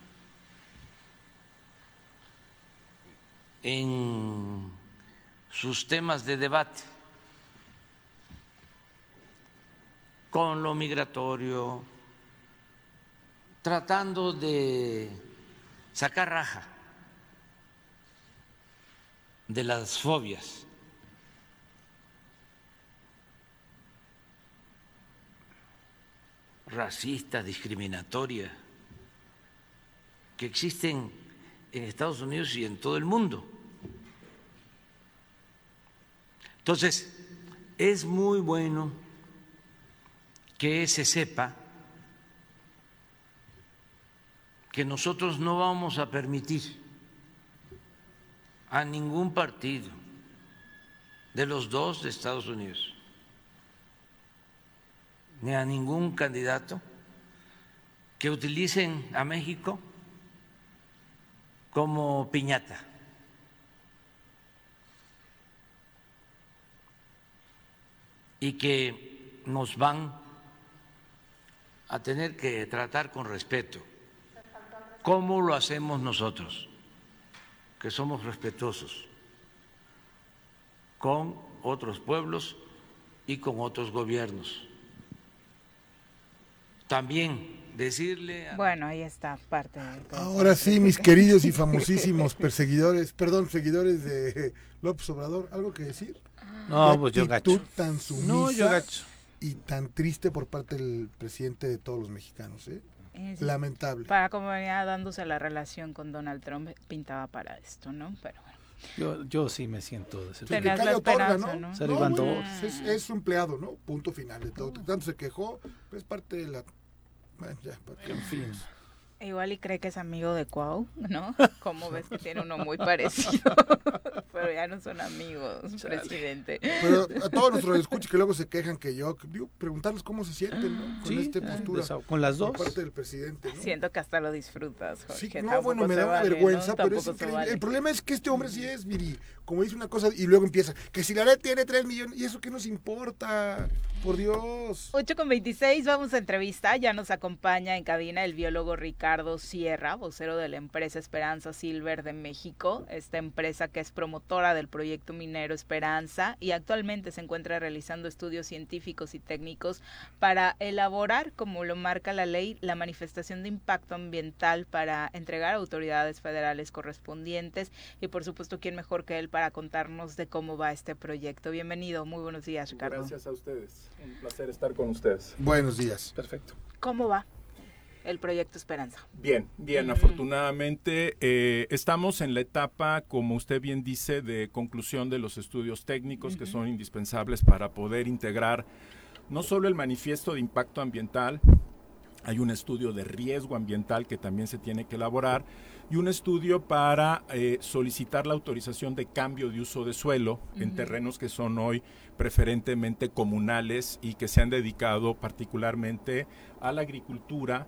en sus temas de debate, con lo migratorio, tratando de sacar raja de las fobias. Racistas, discriminatorias, que existen en Estados Unidos y en todo el mundo. Entonces, es muy bueno que se sepa que nosotros no vamos a permitir a ningún partido de los dos de Estados Unidos, ni a ningún candidato que utilicen a México como piñata. Y que nos van a tener que tratar con respeto, como lo hacemos nosotros, que somos respetuosos con otros pueblos y con otros gobiernos. También decirle... Bueno, ahí está parte del... Ahora sí, mis queridos y famosísimos seguidores de López Obrador, ¿algo que decir? No, pues yo gacho. Tan sumisa no, yo gacho. Y tan triste por parte del presidente de todos los mexicanos, ¿eh? Sí, lamentable. Para como venía dándose la relación con Donald Trump, pintaba para esto, ¿no? Pero bueno. Yo sí me siento decepcionado. Tenías la esperanza, ¿no? Es su empleado, ¿no? Punto final de todo. Tanto se quejó, es parte de la... Bueno, ya, en fin. Igual y cree que es amigo de Cuau, ¿no? Como ves que tiene uno muy parecido, pero ya no son amigos, presidente. Pero a todos nuestros escuchas que luego se quejan que yo, digo, preguntarles cómo se sienten, ¿no? Con esta postura. Con las dos. Por parte del presidente, ¿no? Siento que hasta lo disfrutas, Jorge. Sí, no, bueno, me da una vergüenza, ¿no? Pero es increíble. Vale. El problema es que este hombre sí es, Viri, como dice una cosa y luego empieza, que si la red tiene 3 millones, ¿y eso qué nos importa? Por Dios. 8:26, vamos a entrevista, ya nos acompaña en cabina el biólogo Ricardo Sierra, vocero de la empresa Esperanza Silver de México, esta empresa que es promotora del proyecto minero Esperanza y actualmente se encuentra realizando estudios científicos y técnicos para elaborar, como lo marca la ley, la manifestación de impacto ambiental para entregar a autoridades federales correspondientes y por supuesto, ¿quién mejor que él para contarnos de cómo va este proyecto? Bienvenido, muy buenos días, Ricardo. Gracias a ustedes, un placer estar con ustedes. Buenos días. Perfecto. ¿Cómo va? el proyecto Esperanza? Bien, afortunadamente estamos en la etapa, como usted bien dice, de conclusión de los estudios técnicos que son indispensables para poder integrar no solo el manifiesto de impacto ambiental, hay un estudio de riesgo ambiental que también se tiene que elaborar y un estudio para solicitar la autorización de cambio de uso de suelo en terrenos que son hoy preferentemente comunales y que se han dedicado particularmente a la agricultura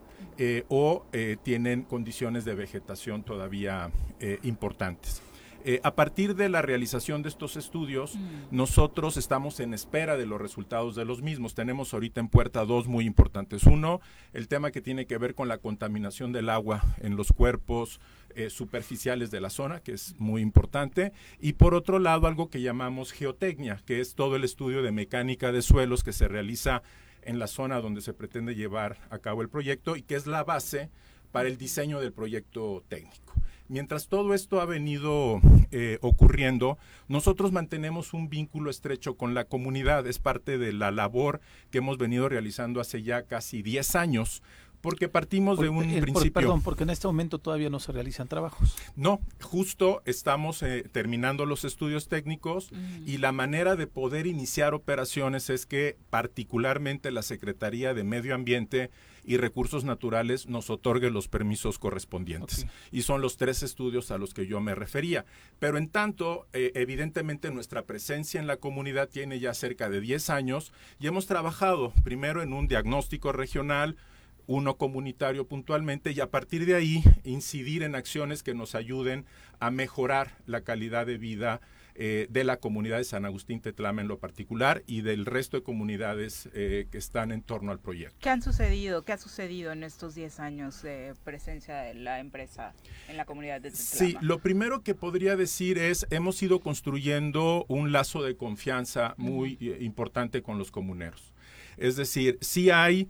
o tienen condiciones de vegetación todavía importantes. A partir de la realización de estos estudios, nosotros estamos en espera de los resultados de los mismos. Tenemos ahorita en puerta dos muy importantes. Uno, el tema que tiene que ver con la contaminación del agua en los cuerpos superficiales de la zona, que es muy importante. Y por otro lado, algo que llamamos geotecnia, que es todo el estudio de mecánica de suelos que se realiza en la zona donde se pretende llevar a cabo el proyecto y que es la base para el diseño del proyecto técnico. Mientras todo esto ha venido ocurriendo, nosotros mantenemos un vínculo estrecho con la comunidad. Es parte de la labor que hemos venido realizando hace ya casi 10 años, porque partimos de un principio... Perdón, porque en este momento todavía no se realizan trabajos. No, justo estamos terminando los estudios técnicos y la manera de poder iniciar operaciones es que particularmente la Secretaría de Medio Ambiente y Recursos Naturales nos otorgue los permisos correspondientes. Okay. Y son los 3 estudios a los que yo me refería. Pero en tanto, evidentemente nuestra presencia en la comunidad tiene ya cerca de 10 años y hemos trabajado primero en un diagnóstico regional, uno comunitario puntualmente, y a partir de ahí incidir en acciones que nos ayuden a mejorar la calidad de vida de la comunidad de San Agustín Tetlama en lo particular y del resto de comunidades que están en torno al proyecto. ¿Qué ha sucedido en estos 10 años de presencia de la empresa en la comunidad de Tetlama? Sí, lo primero que podría decir es, hemos ido construyendo un lazo de confianza muy importante con los comuneros. Es decir, sí hay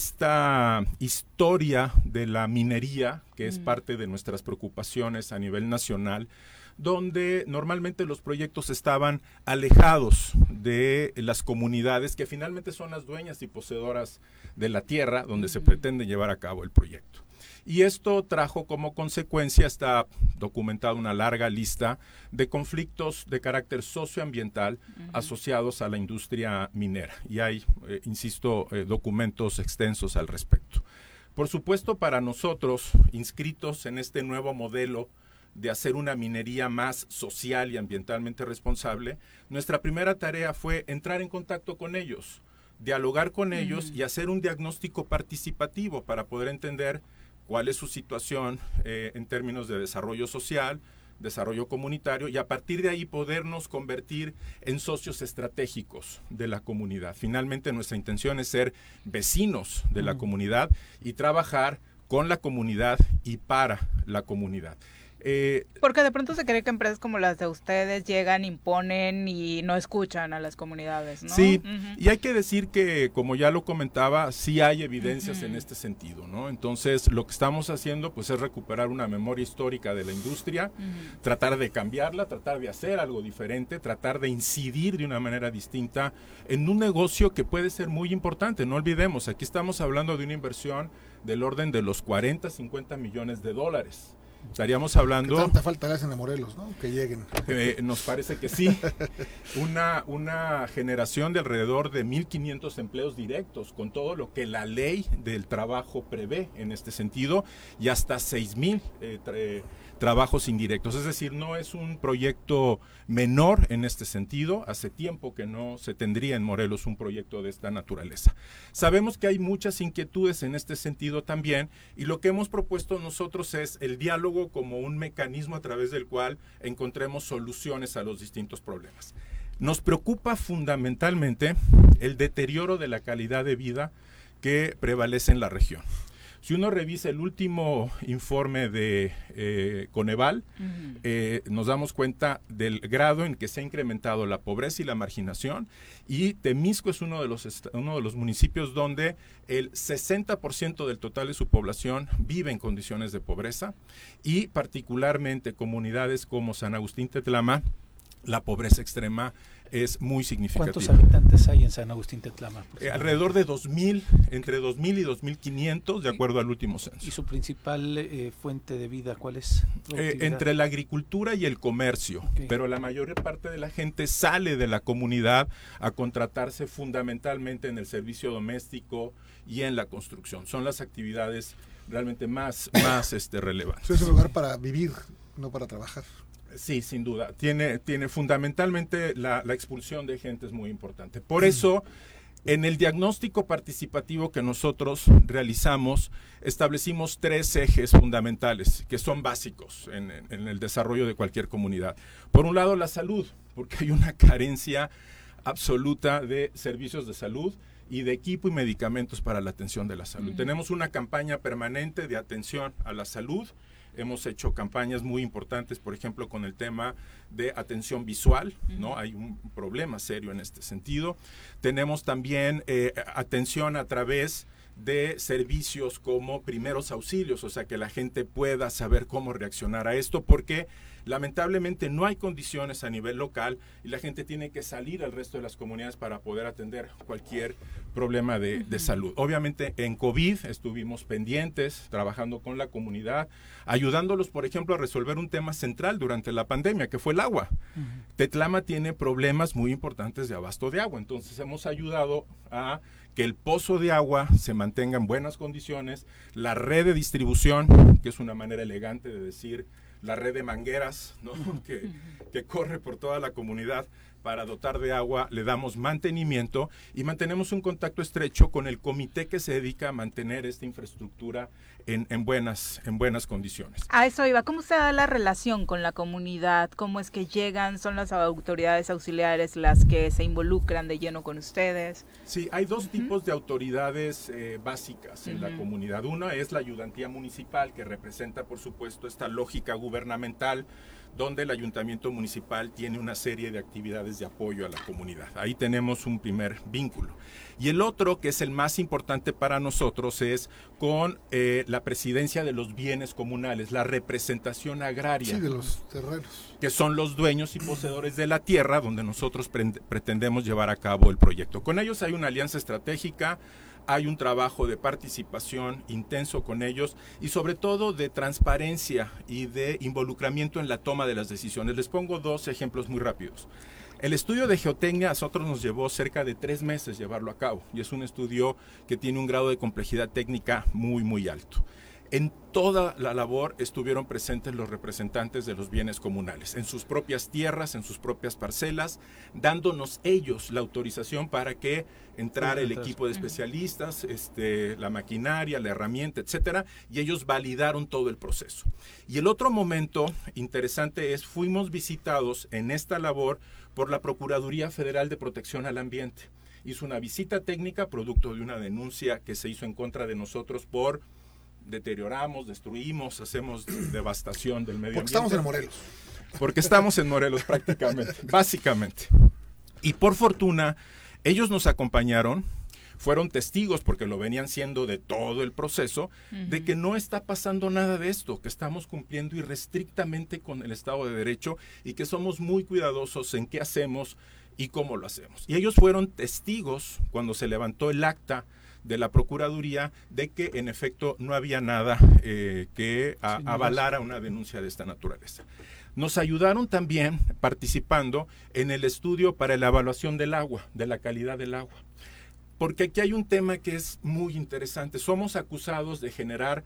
esta historia de la minería, que es parte de nuestras preocupaciones a nivel nacional, donde normalmente los proyectos estaban alejados de las comunidades que finalmente son las dueñas y poseedoras de la tierra donde se pretende llevar a cabo el proyecto. Y esto trajo como consecuencia, está documentada una larga lista de conflictos de carácter socioambiental asociados a la industria minera. Y hay, insisto, documentos extensos al respecto. Por supuesto, para nosotros, inscritos en este nuevo modelo de hacer una minería más social y ambientalmente responsable, nuestra primera tarea fue entrar en contacto con ellos, dialogar con ellos y hacer un diagnóstico participativo para poder entender cuál es su situación en términos de desarrollo social, desarrollo comunitario, y a partir de ahí podernos convertir en socios estratégicos de la comunidad. Finalmente, nuestra intención es ser vecinos de la comunidad y trabajar con la comunidad y para la comunidad. Porque de pronto se cree que empresas como las de ustedes llegan, imponen y no escuchan a las comunidades, ¿no? Sí, y hay que decir que, como ya lo comentaba, sí hay evidencias en este sentido, ¿no? Entonces, lo que estamos haciendo pues es recuperar una memoria histórica de la industria, tratar de cambiarla, tratar de hacer algo diferente, tratar de incidir de una manera distinta en un negocio que puede ser muy importante. No olvidemos, aquí estamos hablando de una inversión del orden de los 40, 50 millones de dólares. Estaríamos hablando... ¿Qué tanta falta le hacen a Morelos, no? Que lleguen. Nos parece que sí. Una generación de alrededor de 1,500 empleos directos, con todo lo que la ley del trabajo prevé en este sentido, y hasta 6,000 trabajos indirectos. Es decir, no es un proyecto menor en este sentido. Hace tiempo que no se tendría en Morelos un proyecto de esta naturaleza. Sabemos que hay muchas inquietudes en este sentido también, y lo que hemos propuesto nosotros es el diálogo como un mecanismo a través del cual encontremos soluciones a los distintos problemas. Nos preocupa fundamentalmente el deterioro de la calidad de vida que prevalece en la región. Si uno revisa el último informe de Coneval, nos damos cuenta del grado en que se ha incrementado la pobreza y la marginación, y Temisco es uno de los municipios donde el 60% del total de su población vive en condiciones de pobreza, y particularmente comunidades como San Agustín Tetlama la pobreza extrema es muy significativa. ¿Cuántos habitantes hay en San Agustín Tetlama? Alrededor de 2,000, entre 2,000 y 2,500, de acuerdo al último censo. ¿Y su principal fuente de vida cuál es? Entre la agricultura y el comercio, pero la mayor parte de la gente sale de la comunidad a contratarse fundamentalmente en el servicio doméstico y en la construcción. Son las actividades realmente más relevantes. Es un lugar para vivir, no para trabajar. Sí, sin duda. Tiene fundamentalmente la expulsión de gente es muy importante. Por eso, en el diagnóstico participativo que nosotros realizamos, establecimos 3 ejes fundamentales que son básicos en el desarrollo de cualquier comunidad. Por un lado, la salud, porque hay una carencia absoluta de servicios de salud y de equipo y medicamentos para la atención de la salud. Tenemos una campaña permanente de atención a la salud. Hemos hecho campañas muy importantes, por ejemplo, con el tema de atención visual, ¿no? Hay un problema serio en este sentido. Tenemos también atención a través de servicios como primeros auxilios, o sea, que la gente pueda saber cómo reaccionar a esto, porque lamentablemente no hay condiciones a nivel local y la gente tiene que salir al resto de las comunidades para poder atender cualquier problema de salud. Obviamente en COVID estuvimos pendientes, trabajando con la comunidad, ayudándolos, por ejemplo, a resolver un tema central durante la pandemia, que fue el agua. Tetlama tiene problemas muy importantes de abasto de agua, entonces hemos ayudado a que el pozo de agua se mantenga en buenas condiciones, la red de distribución, que es una manera elegante de decir la red de mangueras, ¿no? que corre por toda la comunidad para dotar de agua, le damos mantenimiento y mantenemos un contacto estrecho con el comité que se dedica a mantener esta infraestructura en buenas condiciones. A eso iba. ¿Cómo se da la relación con la comunidad? ¿Cómo es que llegan? ¿Son las autoridades auxiliares las que se involucran de lleno con ustedes? Sí, hay 2 tipos de autoridades básicas en la comunidad. Una es la ayudantía municipal, que representa, por supuesto, esta lógica gubernamental, donde el ayuntamiento municipal tiene una serie de actividades de apoyo a la comunidad. Ahí tenemos un primer vínculo. Y el otro, que es el más importante para nosotros, es con la presidencia de los bienes comunales, la representación agraria. Sí, de los terrenos. Que son los dueños y poseedores de la tierra, donde nosotros pretendemos llevar a cabo el proyecto. Con ellos hay una alianza estratégica, hay un trabajo de participación intenso con ellos y sobre todo de transparencia y de involucramiento en la toma de las decisiones. Les pongo 2 ejemplos muy rápidos. El estudio de geotecnia a nosotros nos llevó cerca de 3 meses llevarlo a cabo y es un estudio que tiene un grado de complejidad técnica muy, muy alto. En toda la labor estuvieron presentes los representantes de los bienes comunales, en sus propias tierras, en sus propias parcelas, dándonos ellos la autorización para que entrara el equipo de especialistas, la maquinaria, la herramienta, etcétera, y ellos validaron todo el proceso. Y el otro momento interesante es, fuimos visitados en esta labor por la Procuraduría Federal de Protección al Ambiente. Hizo una visita técnica producto de una denuncia que se hizo en contra de nosotros por deterioramos, destruimos, hacemos devastación del medio ambiente. Porque estamos en Morelos. Porque estamos en Morelos prácticamente, básicamente. Y por fortuna, ellos nos acompañaron, fueron testigos, porque lo venían siendo de todo el proceso, de que no está pasando nada de esto, que estamos cumpliendo irrestrictamente con el Estado de Derecho y que somos muy cuidadosos en qué hacemos y cómo lo hacemos. Y ellos fueron testigos cuando se levantó el acta de la Procuraduría de que en efecto no había nada que avalara una denuncia de esta naturaleza. Nos ayudaron también participando en el estudio para la evaluación del agua, de la calidad del agua. Porque aquí hay un tema que es muy interesante. Somos acusados de generar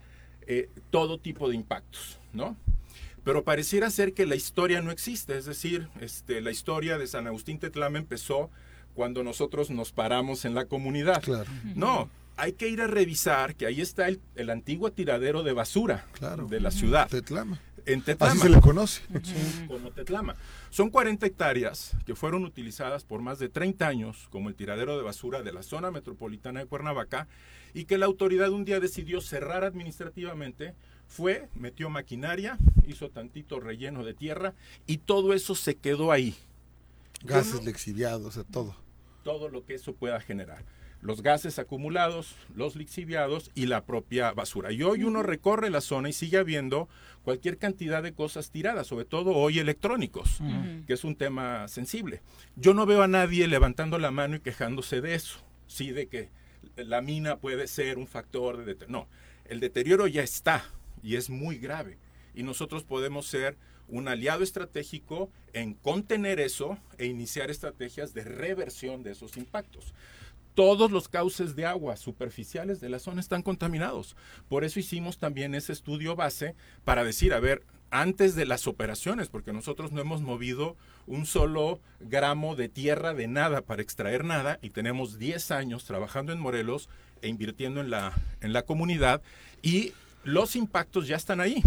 todo tipo de impactos, ¿no? Pero pareciera ser que la historia no existe. Es decir, la historia de San Agustín Tetlama empezó cuando nosotros nos paramos en la comunidad. Claro. No, hay que ir a revisar que ahí está el antiguo tiradero de basura de la ciudad. Tetlama. En Tetlama. Así se le conoce. Como Tetlama. Son 40 hectáreas que fueron utilizadas por más de 30 años como el tiradero de basura de la zona metropolitana de Cuernavaca y que la autoridad un día decidió cerrar administrativamente. Metió maquinaria, hizo tantito relleno de tierra y todo eso se quedó ahí. Gases lixiviados, todo. Todo lo que eso pueda generar. los gases acumulados, los lixiviados y la propia basura. Y hoy uno recorre la zona y sigue habiendo cualquier cantidad de cosas tiradas, sobre todo hoy electrónicos, que es un tema sensible. Yo no veo a nadie levantando la mano y quejándose de eso, sí, de que la mina puede ser un factor de deterioro. No, el deterioro ya está y es muy grave. Y nosotros podemos ser un aliado estratégico en contener eso e iniciar estrategias de reversión de esos impactos. Todos los cauces de agua superficiales de la zona están contaminados. Por eso hicimos también ese estudio base para decir, a ver, antes de las operaciones, porque nosotros no hemos movido un solo gramo de tierra de nada para extraer nada y tenemos 10 años trabajando en Morelos e invirtiendo en la comunidad y los impactos ya están ahí.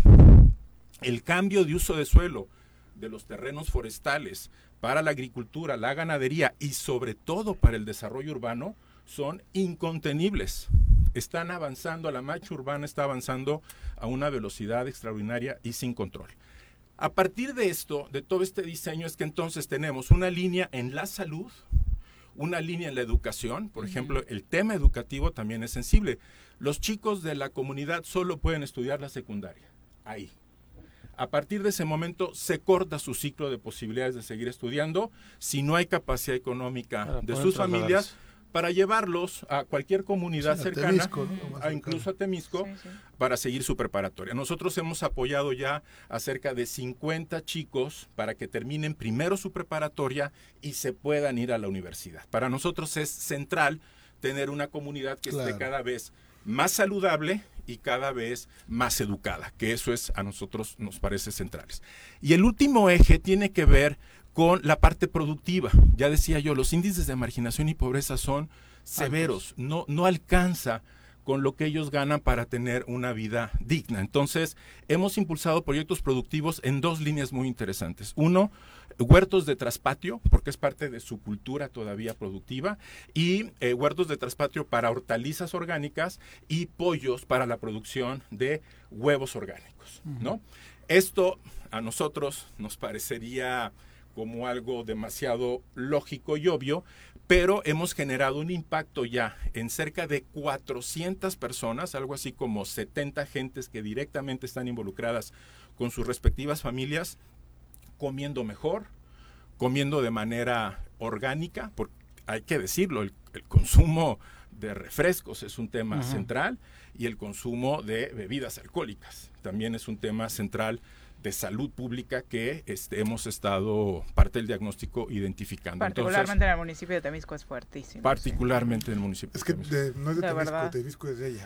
El cambio de uso de suelo de los terrenos forestales para la agricultura, la ganadería y sobre todo para el desarrollo urbano son incontenibles. Están avanzando, la mancha urbana está avanzando a una velocidad extraordinaria y sin control. A partir de esto, de todo este diseño, es que entonces tenemos una línea en la salud, una línea en la educación. Por ejemplo, el tema educativo también es sensible. Los chicos de la comunidad solo pueden estudiar la secundaria, ahí. A partir de ese momento se corta su ciclo de posibilidades de seguir estudiando si no hay capacidad económica de sus familias para llevarlos a cualquier comunidad cercana, Temisco, ¿no? Incluso a Temisco, para seguir su preparatoria. Nosotros hemos apoyado ya a cerca de 50 chicos para que terminen primero su preparatoria y se puedan ir a la universidad. Para nosotros es central tener una comunidad que esté cada vez más saludable y cada vez más educada, que eso es a nosotros nos parece central. Y el último eje tiene que ver con la parte productiva. Ya decía yo, los índices de marginación y pobreza son severos, no alcanza con lo que ellos ganan para tener una vida digna. Entonces, hemos impulsado proyectos productivos en 2 líneas muy interesantes. Uno, huertos de traspatio, porque es parte de su cultura todavía productiva, y huertos de traspatio para hortalizas orgánicas y pollos para la producción de huevos orgánicos, ¿no? Esto a nosotros nos parecería como algo demasiado lógico y obvio, pero hemos generado un impacto ya en cerca de 400 personas, algo así como 70 gentes que directamente están involucradas con sus respectivas familias, comiendo mejor, comiendo de manera orgánica, porque hay que decirlo, el consumo de refrescos es un tema central y el consumo de bebidas alcohólicas también es un tema central de salud pública que hemos estado parte del diagnóstico identificando. Particularmente entonces, en el municipio de Temisco es fuertísimo. Particularmente en el municipio es que no es de Temisco, Temisco es de ella.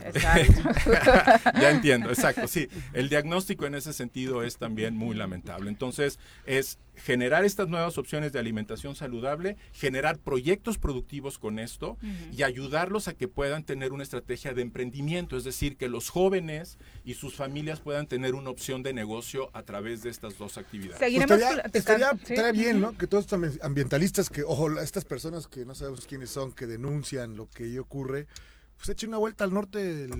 Exacto. Ya entiendo, exacto, sí. El diagnóstico en ese sentido es también muy lamentable. Entonces, es generar estas nuevas opciones de alimentación saludable, generar proyectos productivos con esto y ayudarlos a que puedan tener una estrategia de emprendimiento, es decir, que los jóvenes y sus familias puedan tener una opción de negocio a través de estas 2 actividades. Estaría bien, ¿no? Que todos estos ambientalistas, que, ojo, estas personas que no sabemos quiénes son, que denuncian lo que ahí ocurre, pues echen una vuelta al norte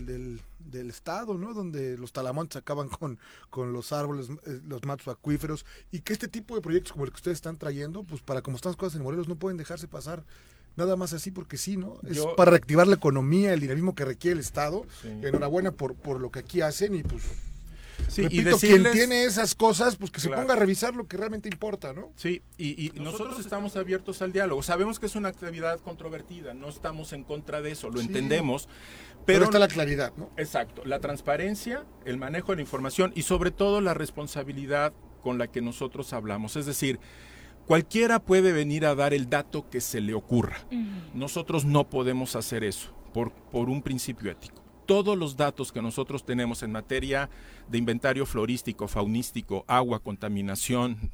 del estado, ¿no? Donde los talamontes acaban con los árboles, los matos acuíferos, y que este tipo de proyectos como el que ustedes están trayendo, pues para como están las cosas en Morelos, no pueden dejarse pasar nada más así porque sí, ¿no? Es para reactivar la economía, el dinamismo que requiere el estado. Enhorabuena por lo que aquí hacen y pues... Sí, repito, y decirles, quien tiene esas cosas, pues que se ponga a revisar lo que realmente importa, ¿no? Sí, y nosotros estamos abiertos al diálogo. Sabemos que es una actividad controvertida, no estamos en contra de eso, lo entendemos. Pero está la claridad, ¿no? Exacto, la transparencia, el manejo de la información y sobre todo la responsabilidad con la que nosotros hablamos. Es decir, cualquiera puede venir a dar el dato que se le ocurra. Nosotros no podemos hacer eso por un principio ético. Todos los datos que nosotros tenemos en materia de inventario florístico, faunístico, agua, contaminación,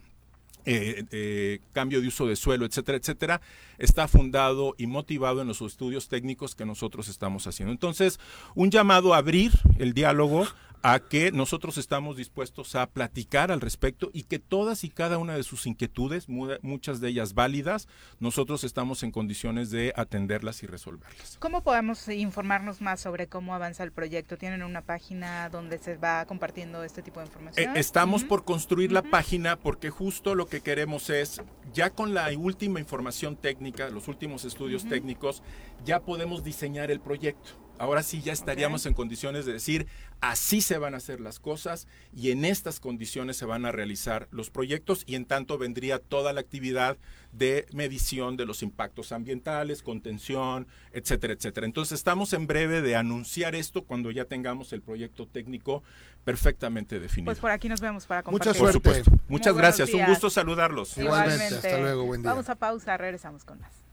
cambio de uso de suelo, etcétera, etcétera, está fundado y motivado en los estudios técnicos que nosotros estamos haciendo. Entonces, un llamado a abrir el diálogo, a que nosotros estamos dispuestos a platicar al respecto y que todas y cada una de sus inquietudes, muchas de ellas válidas, nosotros estamos en condiciones de atenderlas y resolverlas. ¿Cómo podemos informarnos más sobre cómo avanza el proyecto? ¿Tienen una página donde se va compartiendo este tipo de información? Estamos por construir la página porque justo lo que queremos es, ya con la última información técnica, los últimos estudios técnicos, ya podemos diseñar el proyecto. Ahora sí ya estaríamos en condiciones de decir, así se van a hacer las cosas y en estas condiciones se van a realizar los proyectos y en tanto vendría toda la actividad de medición de los impactos ambientales, contención, etcétera, etcétera. Entonces estamos en breve de anunciar esto cuando ya tengamos el proyecto técnico perfectamente definido. Pues por aquí nos vemos para compartir. Mucha suerte. Por supuesto. Muchas gracias, días. un gusto saludarlos. Igualmente. Hasta luego, buen día. Vamos a pausa, regresamos con más.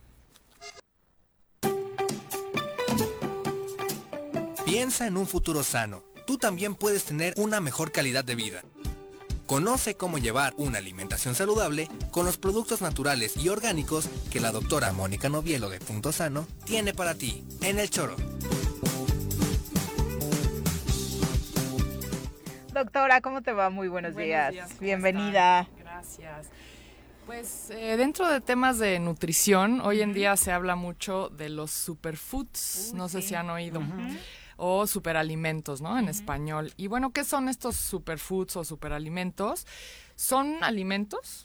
Piensa en un futuro sano. Tú también puedes tener una mejor calidad de vida. Conoce cómo llevar una alimentación saludable con los productos naturales y orgánicos que la doctora Mónica Novielo de Punto Sano tiene para ti en El Choro. Doctora, ¿cómo te va? Muy buenos días. Bienvenida. Están? Gracias. Pues dentro de temas de nutrición, hoy en día se habla mucho de los superfoods, no sé si han oído, o superalimentos, ¿no? En español. Y bueno, ¿qué son estos superfoods o superalimentos? Son alimentos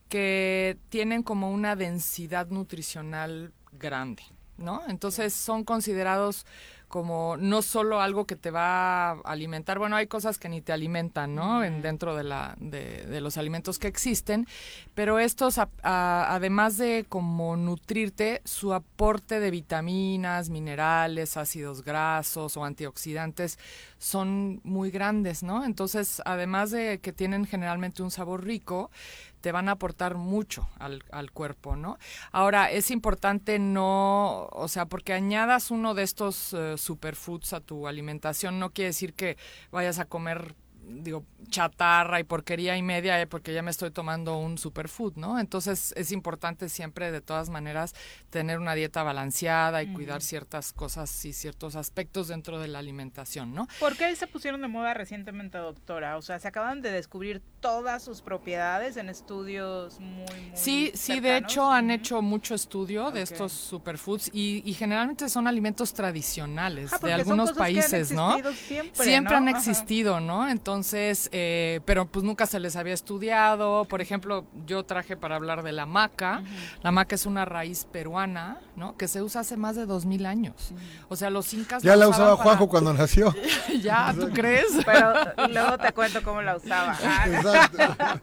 que tienen como una densidad nutricional grande, ¿no? Entonces son considerados como no solo algo que te va a alimentar, bueno, hay cosas que ni te alimentan, ¿no? Dentro de los alimentos que existen, pero estos, además de como nutrirte, su aporte de vitaminas, minerales, ácidos grasos o antioxidantes son muy grandes, ¿no? Entonces, además de que tienen generalmente un sabor rico, te van a aportar mucho al cuerpo, ¿no? Ahora, es importante no, o sea, porque añadas uno de estos superfoods a tu alimentación, no quiere decir que vayas a comer, digo, chatarra y porquería y media, porque ya me estoy tomando un superfood, ¿no? Entonces es importante siempre, de todas maneras, tener una dieta balanceada y cuidar ciertas cosas y ciertos aspectos dentro de la alimentación, ¿no? ¿Por qué se pusieron de moda recientemente, doctora? O sea, se acaban de descubrir todas sus propiedades en estudios muy Sí, cercanos. De hecho han hecho mucho estudio de estos superfoods y generalmente son alimentos tradicionales de algunos países, ¿no? Siempre han existido, ¿no? Entonces, pero pues nunca se les había estudiado. Por ejemplo, yo traje para hablar de la maca. La maca es una raíz peruana, ¿no? Que se usa hace más de 2000 años. O sea, los incas ya la usaba Juanjo cuando nació. Ya, ¿tú crees? Pero luego te cuento cómo la usaba. Exacto.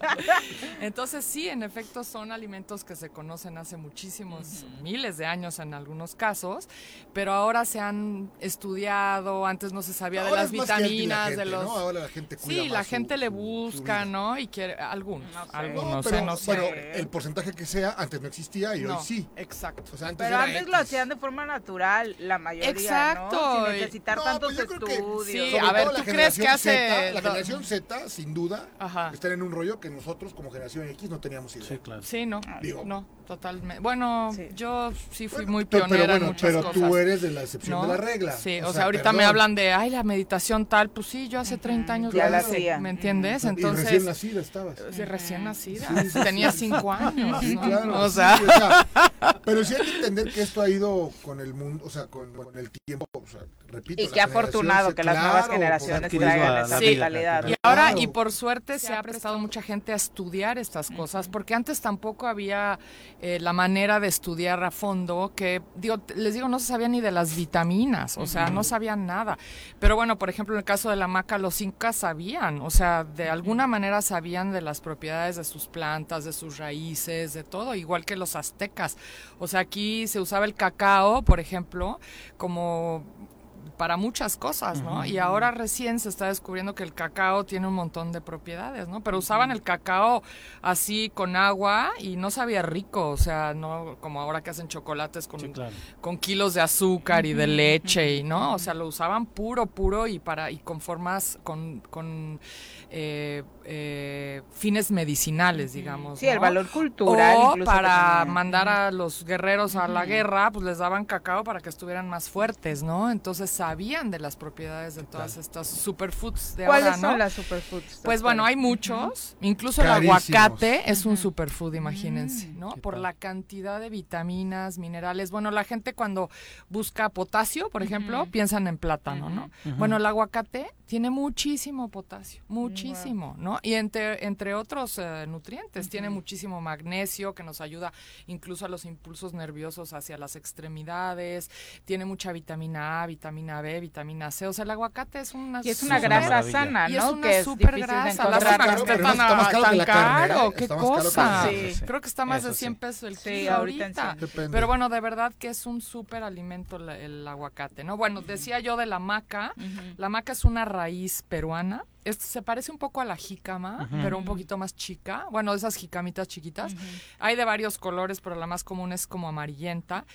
Entonces sí, en efecto son alimentos que se conocen hace muchísimos, miles de años en algunos casos, pero ahora se han estudiado, antes no se sabía ahora de las vitaminas, gente, de los... ¿no? Ahora la gente cuida sí, más la gente le busca, ¿no? Y quiere, algunos, no sé. Bueno, el porcentaje que sea, antes no existía y hoy sí. Exacto. O sea, pero antes lo hacían de forma natural, la mayoría, exacto, ¿no? Sin necesitar tantos estudios. Sí, a ver, ¿tú crees que hace...? La generación Z, sin duda, está en un rollo que nosotros como generación X no teníamos idea. Sí, claro. Sí, no, Digo, no, totalmente. Bueno, yo sí fui muy pionera en muchas cosas. Pero tú eres de la excepción de la regla. Sí, o sea, ahorita me hablan de, ay, la meditación tal, pues sí, yo hace 30 años ya la hacía. ¿me entiendes? Entonces, y recién nacida estabas. Sí, recién nacida. Tenía 5 años. Sí, ¿no? claro. O sea, pero sí hay que entender que esto ha ido con el mundo, o sea, con el tiempo, o sea, repito. Y qué afortunado que las nuevas generaciones traigan esa mentalidad. Y ahora, y por suerte, se ha prestado mucha gente a estudiar estas cosas, porque antes tampoco había la manera de estudiar a fondo, que, les digo, no se sabía ni de las vitaminas, o sea, no sabían nada. Pero bueno, por ejemplo, en el caso de la maca, los incas sabían, o sea, de alguna manera sabían de las propiedades de sus plantas, de sus raíces, de todo, igual que los aztecas. O sea, aquí se usaba el cacao, por ejemplo, como para muchas cosas, ¿no? Y ahora recién se está descubriendo que el cacao tiene un montón de propiedades, ¿no? Pero usaban el cacao así con agua y no sabía rico, o sea, no como ahora que hacen chocolates con kilos de azúcar y de leche, y ¿no? O sea, lo usaban puro y con formas, con fines medicinales, digamos. Sí, ¿no? el valor cultural. O incluso para mandar a los guerreros a la guerra, pues les daban cacao para que estuvieran más fuertes, ¿no? Entonces sabían de las propiedades de todas estas superfoods de ahora, ¿no? ¿Cuáles son las superfoods? Pues bueno, hay muchos, incluso Carísimos. el aguacate es un superfood, imagínense, ¿no? Por la cantidad de vitaminas, minerales. Bueno, la gente cuando busca potasio, por ejemplo, piensan en plátano, ¿no? Bueno, el aguacate tiene muchísimo potasio, muchísimo, ¿no? Y entre otros nutrientes, tiene muchísimo magnesio que nos ayuda incluso a los impulsos nerviosos hacia las extremidades, tiene mucha vitamina A, vitamina B, vitamina C, o sea, el aguacate es una... Y es una grasa sana, ¿no? Y es una que es súper difícil de grasa, encontrar. Está más caro que la carne, caro, ¿eh? qué Está más caro que cosa. la carne, Sí. Creo que está más Eso de 100 sí. pesos el Sí, kilo ahorita ahorita. Depende. Pero bueno, de verdad que es un súper alimento el aguacate, ¿no? Bueno, decía yo de la maca. La maca es una raíz peruana. Se parece un poco a la jícama, pero un poquito más chica. Bueno, esas jicamitas chiquitas. Hay de varios colores, pero la más común es como amarillenta.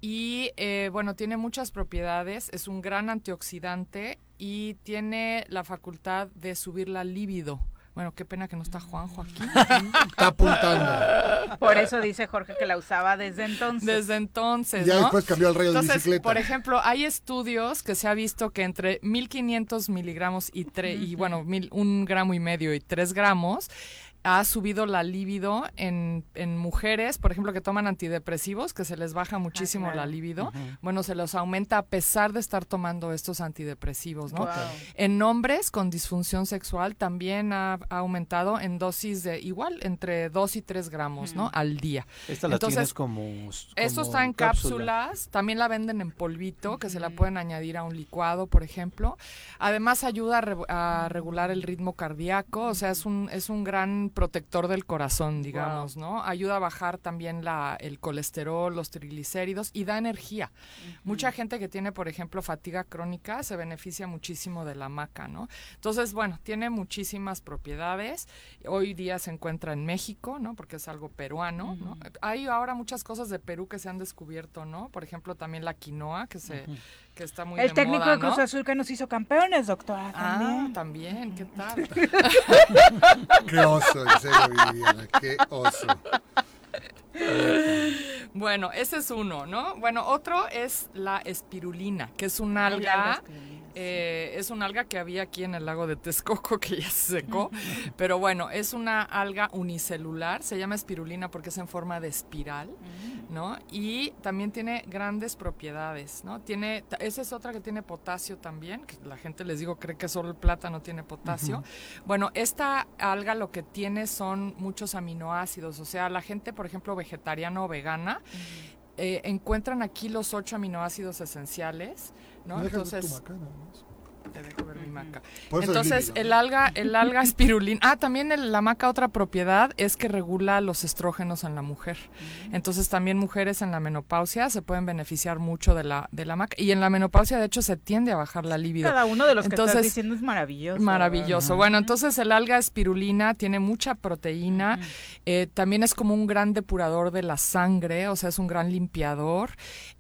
Y bueno, tiene muchas propiedades. Es un gran antioxidante y tiene la facultad de subir la libido. Bueno, qué pena que no está Juanjo aquí. Está apuntando. Por eso dice Jorge que la usaba desde entonces. Desde entonces, Ya ¿no? después cambió al rayo de Entonces, bicicleta. por ejemplo, hay estudios que se ha visto que entre 1.500 miligramos y bueno, 1 gramo y medio y 3 gramos ha subido la libido en mujeres, por ejemplo, que toman antidepresivos, que se les baja muchísimo claro. la libido. Bueno, se los aumenta a pesar de estar tomando estos antidepresivos, ¿no? Wow. En hombres con disfunción sexual también ha aumentado en dosis de igual, entre 2 y 3 gramos, ¿no? Al día. Esta la Entonces, tienes como esto está en cápsulas, también la venden en polvito, que se la pueden añadir a un licuado, por ejemplo. Además ayuda a regular el ritmo cardíaco, o sea, es un gran protector del corazón, digamos, ¿no? Ayuda a bajar también el colesterol, los triglicéridos y da energía. Mucha gente que tiene, por ejemplo, fatiga crónica se beneficia muchísimo de la maca, ¿no? Entonces, bueno, tiene muchísimas propiedades. Hoy día se encuentra en México, ¿no? Porque es algo peruano, ¿no? Hay ahora muchas cosas de Perú que se han descubierto, ¿no? Por ejemplo, también la quinoa que está muy El de técnico moda, de Cruz ¿no? Azul que nos hizo campeones, doctora. También, ¿qué tal? Qué oso, en serio, Viviana, qué oso. Bueno, ese es uno, ¿no? Bueno, otro es la espirulina, que es un alga. Es un alga que había aquí en el lago de Texcoco, que ya se secó, pero bueno, es una alga unicelular, se llama espirulina porque es en forma de espiral, ¿no? Y también tiene grandes propiedades, ¿no? Esa es otra que tiene potasio también, que la gente, les digo, cree que solo el plátano tiene potasio. Bueno, esta alga lo que tiene son muchos aminoácidos, o sea, la gente, por ejemplo, vegetariana o vegana, encuentran aquí los 8 aminoácidos esenciales, ¿no? Entonces, te dejo ver mi maca. Entonces, el alga espirulina. También la maca, otra propiedad es que regula los estrógenos en la mujer. Entonces, también mujeres en la menopausia se pueden beneficiar mucho de la maca. Y en la menopausia, de hecho, se tiende a bajar la libido. Cada uno de los que estás diciendo es maravilloso. Maravilloso. Bueno, entonces el alga espirulina tiene mucha proteína. También es como un gran depurador de la sangre, o sea, es un gran limpiador.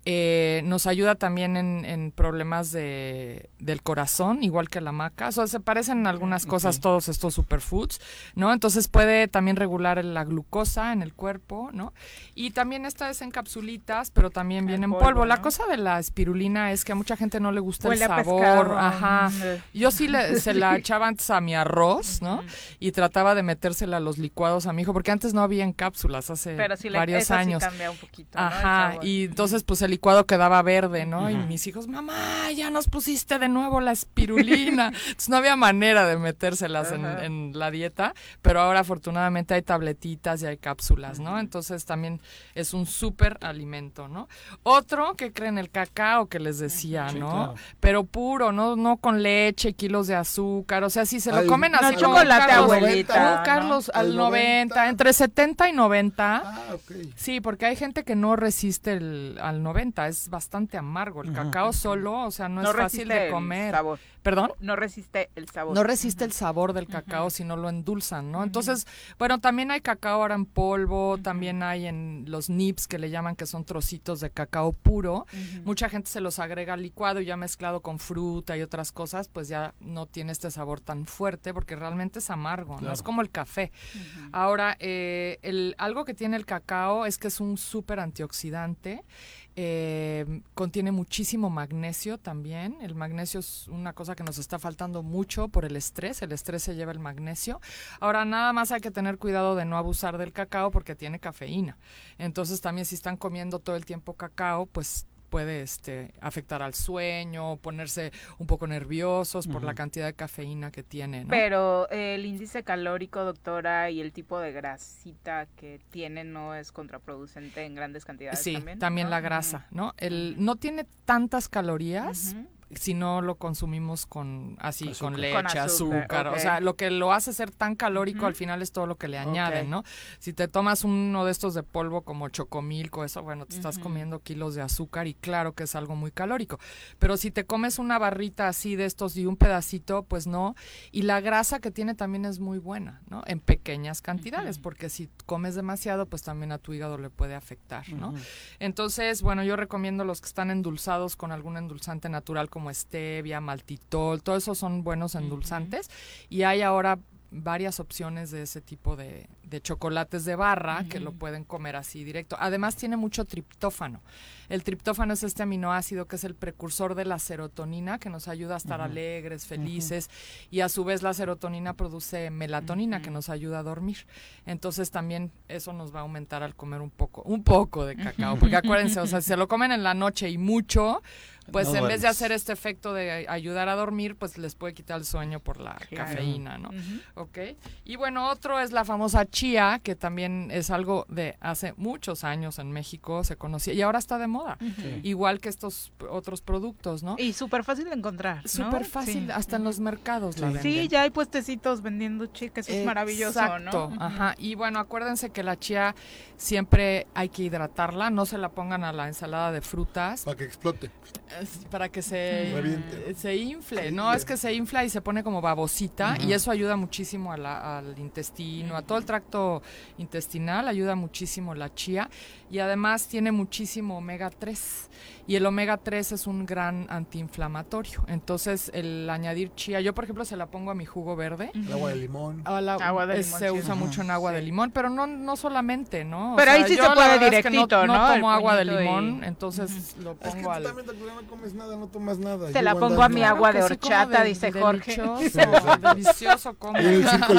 Nos ayuda también en problemas del corazón, igual que la maca. O sea, se parecen en algunas cosas todos estos superfoods, ¿no? Entonces puede también regular la glucosa en el cuerpo, ¿no? Y también esta es en capsulitas, pero también viene en polvo. ¿No? La cosa de la espirulina es que a mucha gente no le gusta el sabor. Ajá. Yo sí se la echaba antes a mi arroz, ¿no? Y trataba de metérsela a los licuados a mi hijo, porque antes no había en cápsulas, hace varios años. Sí cambia un poquito, ajá, ¿no? y entonces pues el licuado quedaba verde, ¿no? Y mis hijos, mamá, ya nos pusiste de nuevo la espirulina. Entonces no había manera de metérselas en la dieta, pero ahora afortunadamente hay tabletitas y hay cápsulas, ¿no? Entonces también es un súper alimento, ¿no? Otro que creen el cacao que les decía, ¿no? Claro. Pero puro, no con leche, kilos de azúcar, o sea, si se lo comen así. No chocolate, abuelita. Carlos, al 90, entre 70 y 90. Sí, porque hay gente que no resiste al 90, es bastante amargo. El cacao solo, o sea, no es fácil de comer. sabor. ¿Perdón? No resiste el sabor. No resiste el sabor del cacao si no lo endulzan, ¿no? Entonces, bueno, también hay cacao ahora en polvo, también hay en los nibs que le llaman, que son trocitos de cacao puro. Mucha gente se los agrega al licuado y ya mezclado con fruta y otras cosas, pues ya no tiene este sabor tan fuerte porque realmente es amargo, ¿no? Es como el café. Ahora, algo que tiene el cacao es que es un súper antioxidante. Contiene muchísimo magnesio también. El magnesio es una cosa que nos está faltando mucho por el estrés se lleva el magnesio. Ahora nada más hay que tener cuidado de no abusar del cacao porque tiene cafeína, entonces también si están comiendo todo el tiempo cacao, pues puede afectar al sueño, ponerse un poco nerviosos por la cantidad de cafeína que tiene, ¿no? Pero el índice calórico, doctora, y el tipo de grasita que tiene no es contraproducente en grandes cantidades. Sí, también ¿no? La grasa, ¿no? No tiene tantas calorías si no lo consumimos con leche, con azúcar. Okay. O sea, lo que lo hace ser tan calórico al final es todo lo que le añaden, ¿no? Si te tomas uno de estos de polvo como Chocomilk o eso, bueno, te estás comiendo kilos de azúcar y claro que es algo muy calórico. Pero si te comes una barrita así de estos y un pedacito, pues no. Y la grasa que tiene también es muy buena, ¿no? En pequeñas cantidades, porque si comes demasiado, pues también a tu hígado le puede afectar, ¿no? Entonces, bueno, yo recomiendo los que están endulzados con algún endulzante natural como stevia, maltitol, todo eso son buenos endulzantes y hay ahora varias opciones de ese tipo de chocolates de barra que lo pueden comer así directo. Además tiene mucho triptófano. El triptófano es este aminoácido que es el precursor de la serotonina que nos ayuda a estar alegres, felices y a su vez la serotonina produce melatonina que nos ayuda a dormir. Entonces también eso nos va a aumentar al comer un poco de cacao, porque acuérdense, o sea, si se lo comen en la noche y mucho, pues en vez de hacer este efecto de ayudar a dormir, pues les puede quitar el sueño por la cafeína, ¿no? Okay. Y bueno, otro es la famosa chía, que también es algo de hace muchos años en México, se conocía, y ahora está de moda, igual que estos otros productos, ¿no? Y súper fácil de encontrar, ¿no? Súper fácil, hasta en los mercados la venden. Sí, ya hay puestecitos vendiendo chía, que eso es maravilloso, exacto, ¿no? Ajá, y bueno, acuérdense que la chía siempre hay que hidratarla, no se la pongan a la ensalada de frutas. Para que explote. Para que se infle, ¿no? Es que se infla y se pone como babosita y eso ayuda muchísimo al intestino, a todo el tracto intestinal, ayuda muchísimo la chía y además tiene muchísimo omega 3 y el omega 3 es un gran antiinflamatorio, entonces el añadir chía, yo por ejemplo se la pongo a mi jugo verde. El agua de limón. Agua de limón se usa mucho en agua de limón, pero no solamente, ¿no? Pero ahí sí se puede directito, ¿no? No tomo agua de limón, entonces lo pongo al... no comes nada, no tomas nada. Se la pongo a mi agua de horchata, dice Jorge. Delicioso, como. En el circo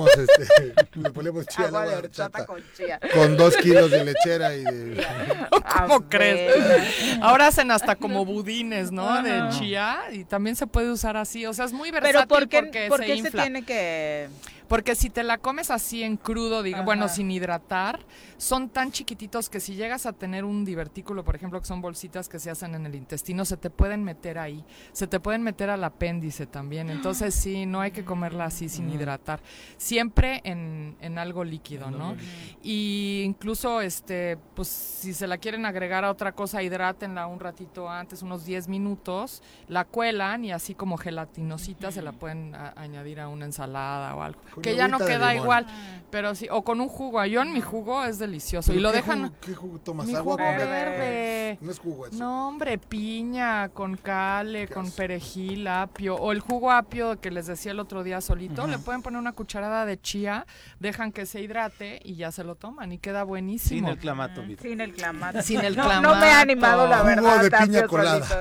le ponemos chía al agua de horchata con chía. Con 2 kilos de lechera y de... ¿Cómo crees? Ahora hacen hasta como budines, ¿no? De chía y también se puede usar así. O sea, es muy versátil. Pero ¿por porque qué se tiene que...? Porque si te la comes así en crudo, bueno, sin hidratar, son tan chiquititos que si llegas a tener un divertículo, por ejemplo, que son bolsitas que se hacen en el intestino, se te pueden meter ahí, se te pueden meter al apéndice también. Entonces sí, no hay que comerla así sin hidratar. Siempre en algo líquido, ¿no? Y incluso, pues si se la quieren agregar a otra cosa, hidrátenla un ratito antes, unos 10 minutos, la cuelan y así como gelatinosita se la pueden añadir a una ensalada o algo. Que ya no queda igual, pero sí, o con un jugo. Yo en mi jugo es delicioso. Y lo dejan. ¿Qué jugo tomas? Mi ¿Agua jugo verde. No es jugo eso. No, hombre, piña, con cale, con perejil, apio. O el jugo apio que les decía el otro día solito. Le pueden poner una cucharada de chía, dejan que se hidrate y ya se lo toman. Y queda buenísimo. Sin el clamato. Sin el clamato. Sin el clamato. No me ha animado, la verdad. Jugo de piña colada.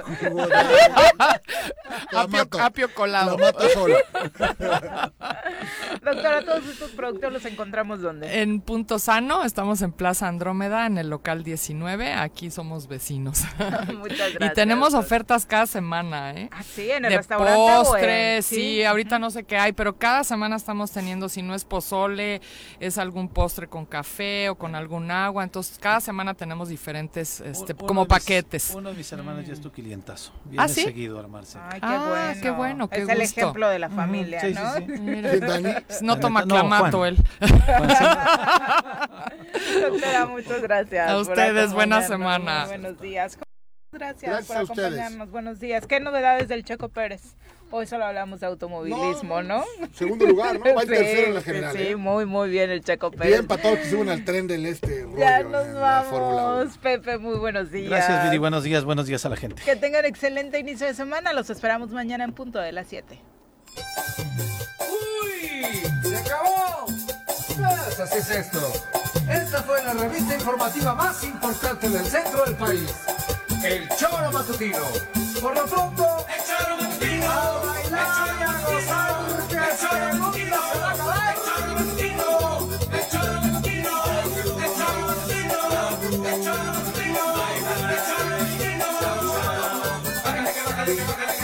Apio colado. Clamato solo. Doctora, todos estos productos los encontramos ¿dónde? En Punto Sano, estamos en Plaza Andrómeda, en el local 19, aquí somos vecinos. Muchas gracias. Y tenemos ofertas cada semana, ¿eh? ¿Ah, sí? ¿En el de restaurante? Postres, sí, ahorita no sé qué hay, pero cada semana estamos teniendo, si no es pozole, es algún postre con café o con algún agua, entonces cada semana tenemos diferentes, como paquetes. Uno de mis hermanos ya es tu clientazo, viene ¿sí? seguido a armarse. Ay, qué bueno. Qué es gusto. el ejemplo de la familia, sí, ¿no? Sí. Mira, no toma clamato él. Doctora, muchas gracias. A ustedes, buena semana. Buenos días. Gracias por acompañarnos. Buenos días. ¿Qué novedades del Checo Pérez? Hoy solo hablamos de automovilismo, ¿no? Segundo lugar, ¿no? Va el tercero en la general. Sí, muy bien el Checo Pérez. Bien para todos que suben al tren del rollo. Ya nos vamos, Pepe, muy buenos días. Gracias, Viri, buenos días a la gente. Que tengan excelente inicio de semana, los esperamos mañana en punto de las 7. ¡Uy! ¡Se acabó! Pues así es esto. Esta fue la revista informativa más importante del centro del país. El Choro Matutino. Por lo pronto, el Choro Matutino. A bailar y a gozar, que el mundo se va a acabar. El Choro Matutino. El Choro Matutino. El Choro Matutino. El Choro Matutino. El Choro Matutino. Bájale, que bájale, que bájale.